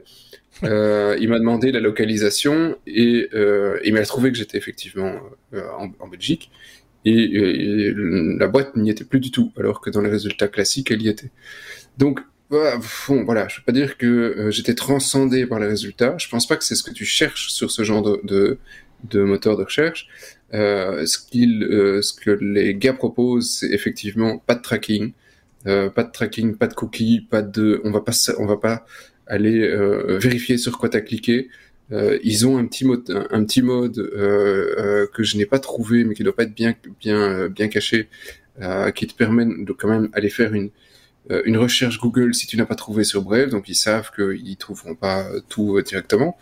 Speaker 3: Euh, il m'a demandé la localisation et euh, il m'a trouvé que j'étais effectivement euh, en, en Belgique et, et la boîte n'y était plus du tout alors que dans les résultats classiques elle y était. Donc voilà, bon, voilà, je veux pas dire que euh, j'étais transcendé par les résultats. Je pense pas que c'est ce que tu cherches sur ce genre de, de de moteur de recherche. Euh, ce, qu'il, euh, ce que les gars proposent, c'est effectivement pas de tracking, euh, pas de tracking, pas de cookies, pas de, on va pas, on va pas aller euh, vérifier sur quoi t'as cliqué. Euh, ils ont un petit mode, un, un petit mode euh, euh, que je n'ai pas trouvé, mais qui doit pas être bien, bien, bien caché, euh, qui te permet de quand même aller faire une euh, une recherche Google si tu n'as pas trouvé sur Brave. Donc ils savent qu'ils trouveront pas tout euh, directement.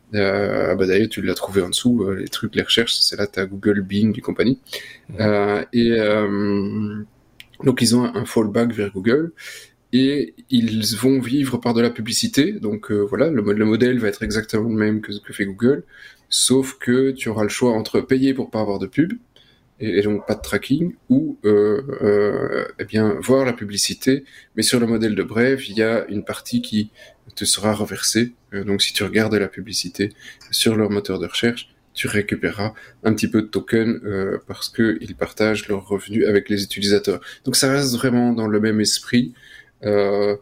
Speaker 3: Euh, bah d'ailleurs tu l'as trouvé en dessous, euh, les trucs, les recherches, c'est là t'as Google, Bing et compagnie. Mmh. Euh, et euh, donc ils ont un, un fallback vers Google et ils vont vivre par de la publicité. Donc euh, voilà, le, le modèle va être exactement le même que ce que fait Google, sauf que tu auras le choix entre payer pour pas avoir de pub et, et donc pas de tracking ou euh, euh, eh bien voir la publicité. Mais sur le modèle de Brave, il y a une partie qui te sera reversé. Euh, donc si tu regardes la publicité sur leur moteur de recherche, tu récupéreras un petit peu de token euh, parce que ils partagent leurs revenus avec les utilisateurs. Donc ça reste vraiment dans le même esprit. Euh,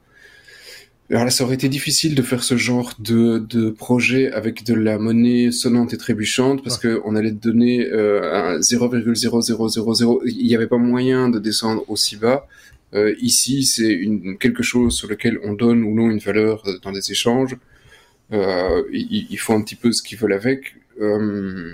Speaker 3: alors là, ça aurait été difficile de faire ce genre de, de projet avec de la monnaie sonnante et trébuchante parce ouais. que on allait te donner euh, un zéro virgule zéro zéro zéro zéro. Il n'y avait pas moyen de descendre aussi bas. Euh, ici, c'est une, quelque chose sur lequel on donne ou non une valeur dans des échanges. Euh, ils, ils font un petit peu ce qu'ils veulent avec. Euh,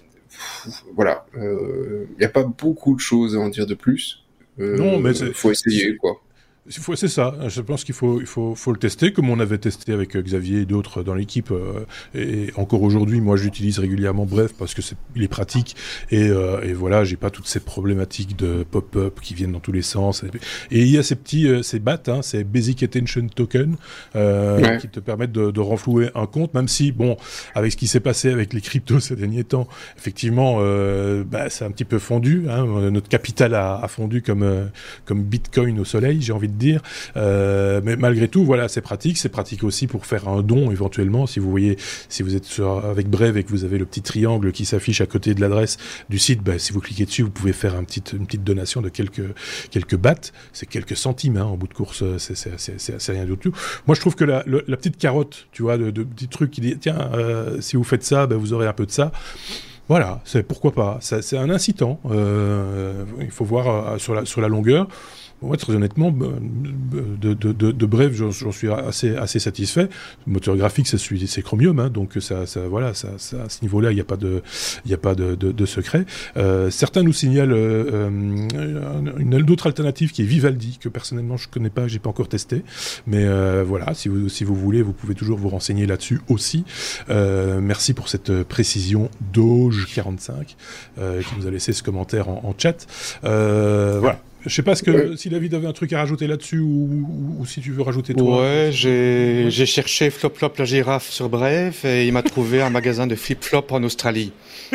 Speaker 3: voilà. Il euh, n'y a pas beaucoup de choses à en dire de plus. Euh,
Speaker 1: non, mais il
Speaker 3: faut essayer, quoi.
Speaker 1: C'est ça, je pense qu'il faut, il faut, faut le tester, comme on avait testé avec Xavier et d'autres dans l'équipe. Euh, et encore aujourd'hui, moi j'utilise régulièrement Bref parce que c'est, il est pratique. Et, euh, et voilà, j'ai pas toutes ces problématiques de pop-up qui viennent dans tous les sens. Et il y a ces petits, euh, ces B A T, hein, ces Basic Attention Token, euh, ouais. qui te permettent de, de renflouer un compte, même si, bon, avec ce qui s'est passé avec les cryptos ces derniers temps, effectivement, euh, bah, c'est un petit peu fondu. Hein, notre capital a, a fondu comme, euh, comme Bitcoin au soleil, j'ai envie de dire, euh, mais malgré tout, voilà, c'est pratique. C'est pratique aussi pour faire un don éventuellement. Si vous voyez, si vous êtes sur, avec Brave et que vous avez le petit triangle qui s'affiche à côté de l'adresse du site, bah, si vous cliquez dessus, vous pouvez faire un petit, une petite donation de quelques quelques bahts. C'est quelques centimes hein, en bout de course. C'est, c'est, c'est, c'est, c'est rien du tout. Moi, je trouve que la, le, la petite carotte, tu vois, de, de petits trucs qui dit tiens, euh, si vous faites ça, bah, vous aurez un peu de ça. Voilà, c'est pourquoi pas. Ça, c'est un incitant. Euh, il faut voir euh, sur la sur la longueur. moi, très honnêtement, de, de, de, de Brave, j'en, j'en suis assez, assez satisfait. Le moteur graphique, c'est, celui, c'est Chromium, hein, donc ça, ça, voilà, ça, ça, à ce niveau-là, il n'y a pas de, il n'y a pas de, de, de secret. Euh, certains nous signalent euh, une, une autre alternative qui est Vivaldi, que personnellement je connais pas, j'ai pas encore testé, mais euh, voilà, si vous, si vous voulez, vous pouvez toujours vous renseigner là-dessus aussi. Euh, merci pour cette précision Doge quarante-cinq euh, qui nous a laissé ce commentaire en, en chat. Euh, voilà. Je sais pas ce que, ouais. si David avait un truc à rajouter là-dessus ou, ou, ou si tu veux rajouter toi.
Speaker 2: Ouais, j'ai, ouais. j'ai cherché Flop Flop la girafe sur Bref et il m'a trouvé un magasin de flip flop en Australie.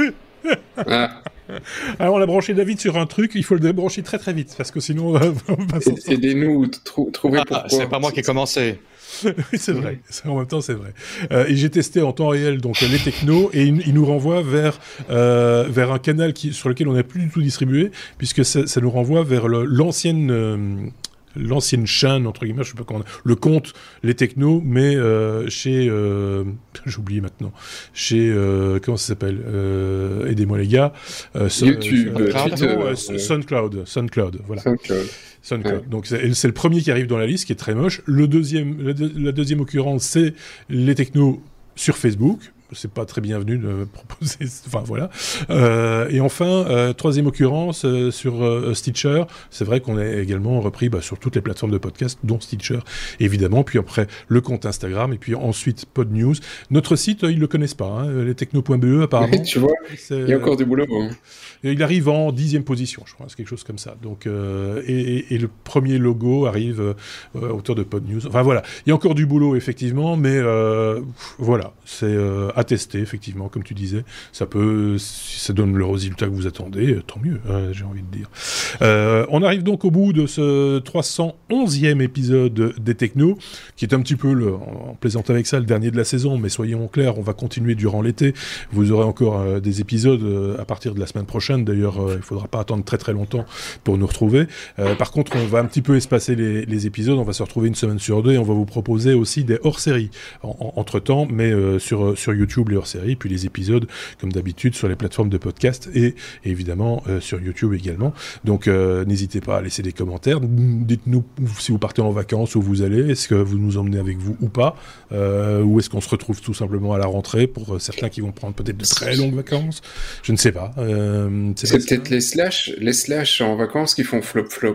Speaker 1: Ah. Alors on a branché David sur un truc, il faut le débrancher très très vite parce que sinon on va, on va s'en sortir.
Speaker 3: Aidez-nous, trou- trouver ah, pourquoi.
Speaker 2: C'est pas moi qui ai commencé.
Speaker 1: Oui, c'est vrai. C'est, en même temps, c'est vrai. Euh, et j'ai testé en temps réel donc les technos et il, il nous renvoie vers euh, vers un canal qui sur lequel on n'a plus du tout distribué puisque ça, ça nous renvoie vers le, l'ancienne euh, l'ancienne chaîne entre guillemets, je sais pas comment, le compte les technos, mais euh, chez euh, j'oublie maintenant, chez euh, comment ça s'appelle, euh, aidez-moi les gars, euh,
Speaker 3: YouTube,
Speaker 1: euh,
Speaker 3: SoundCloud,
Speaker 1: non, euh, SoundCloud, SoundCloud, voilà. SoundCloud. SoundCloud. Ouais. Donc c'est, c'est le premier qui arrive dans la liste, qui est très moche. Le deuxième, la, de, la deuxième occurrence, c'est les technos sur Facebook. C'est pas très bienvenu de proposer. Enfin voilà. Euh, et enfin, euh, troisième occurrence euh, sur euh, Stitcher. C'est vrai qu'on est également repris bah, sur toutes les plateformes de podcast, dont Stitcher évidemment. Puis après le compte Instagram et puis ensuite Pod News. Notre site, euh, ils le connaissent pas. Hein, les techno point b e apparemment.
Speaker 3: Oui, tu vois, c'est, il y a encore du boulot. Hein.
Speaker 1: Il arrive en dixième position, je crois, c'est quelque chose comme ça. Donc, euh, et, et, et le premier logo arrive euh, à hauteur de Pod News. Enfin voilà, il y a encore du boulot effectivement, mais euh, voilà, c'est euh, à tester effectivement, comme tu disais. Ça peut, si ça donne le résultat que vous attendez, tant mieux, hein, j'ai envie de dire. Euh, on arrive donc au bout de ce trois cent onzième épisode des Technos, qui est un petit peu, le, on plaisante avec ça, le dernier de la saison, mais soyons clairs, on va continuer durant l'été. Vous aurez encore euh, des épisodes euh, à partir de la semaine prochaine. D'ailleurs, euh, il ne faudra pas attendre très très longtemps pour nous retrouver. Euh, par contre, on va un petit peu espacer les, les épisodes. On va se retrouver une semaine sur deux et on va vous proposer aussi des hors-séries en, en, entre-temps, mais euh, sur, sur YouTube, les hors-séries, puis les épisodes, comme d'habitude, sur les plateformes de podcast et, et évidemment euh, sur YouTube également. Donc, euh, n'hésitez pas à laisser des commentaires. Dites-nous si vous partez en vacances, où vous allez. Est-ce que vous nous emmenez avec vous ou pas, euh, ou est-ce qu'on se retrouve tout simplement à la rentrée pour euh, certains qui vont prendre peut-être de très longues vacances. Je ne sais pas. Euh,
Speaker 3: C'est, c'est peut-être les slash, les slash en vacances qui font flop-flop.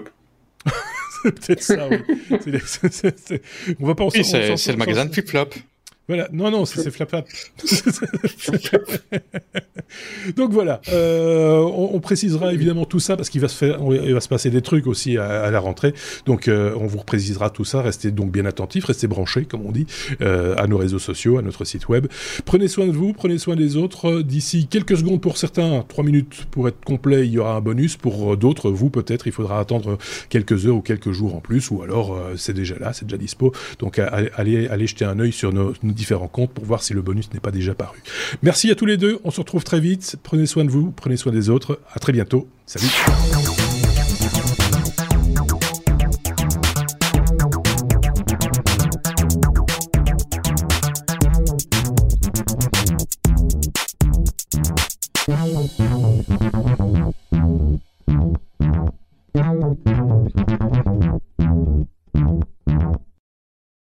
Speaker 1: C'est peut-être ça, oui. c'est les, c'est, c'est, c'est... On va pas en
Speaker 2: oui, c'est, c'est, c'est le magasin de flip-flop.
Speaker 1: Voilà, non, non, c'est, c'est flap-flap. Donc voilà, euh, on, on précisera évidemment tout ça parce qu'il va se faire, il va se passer des trucs aussi à, à la rentrée. Donc euh, on vous précisera tout ça. Restez donc bien attentifs, restez branchés, comme on dit, euh, à nos réseaux sociaux, à notre site web. Prenez soin de vous, prenez soin des autres. D'ici quelques secondes pour certains, trois minutes pour être complet, il y aura un bonus. Pour d'autres, vous peut-être, il faudra attendre quelques heures ou quelques jours en plus, ou alors euh, c'est déjà là, c'est déjà dispo. Donc allez, allez jeter un œil sur nos, nos différents comptes pour voir si le bonus n'est pas déjà paru. Merci à tous les deux, on se retrouve très vite, prenez soin de vous, prenez soin des autres, à très bientôt, salut.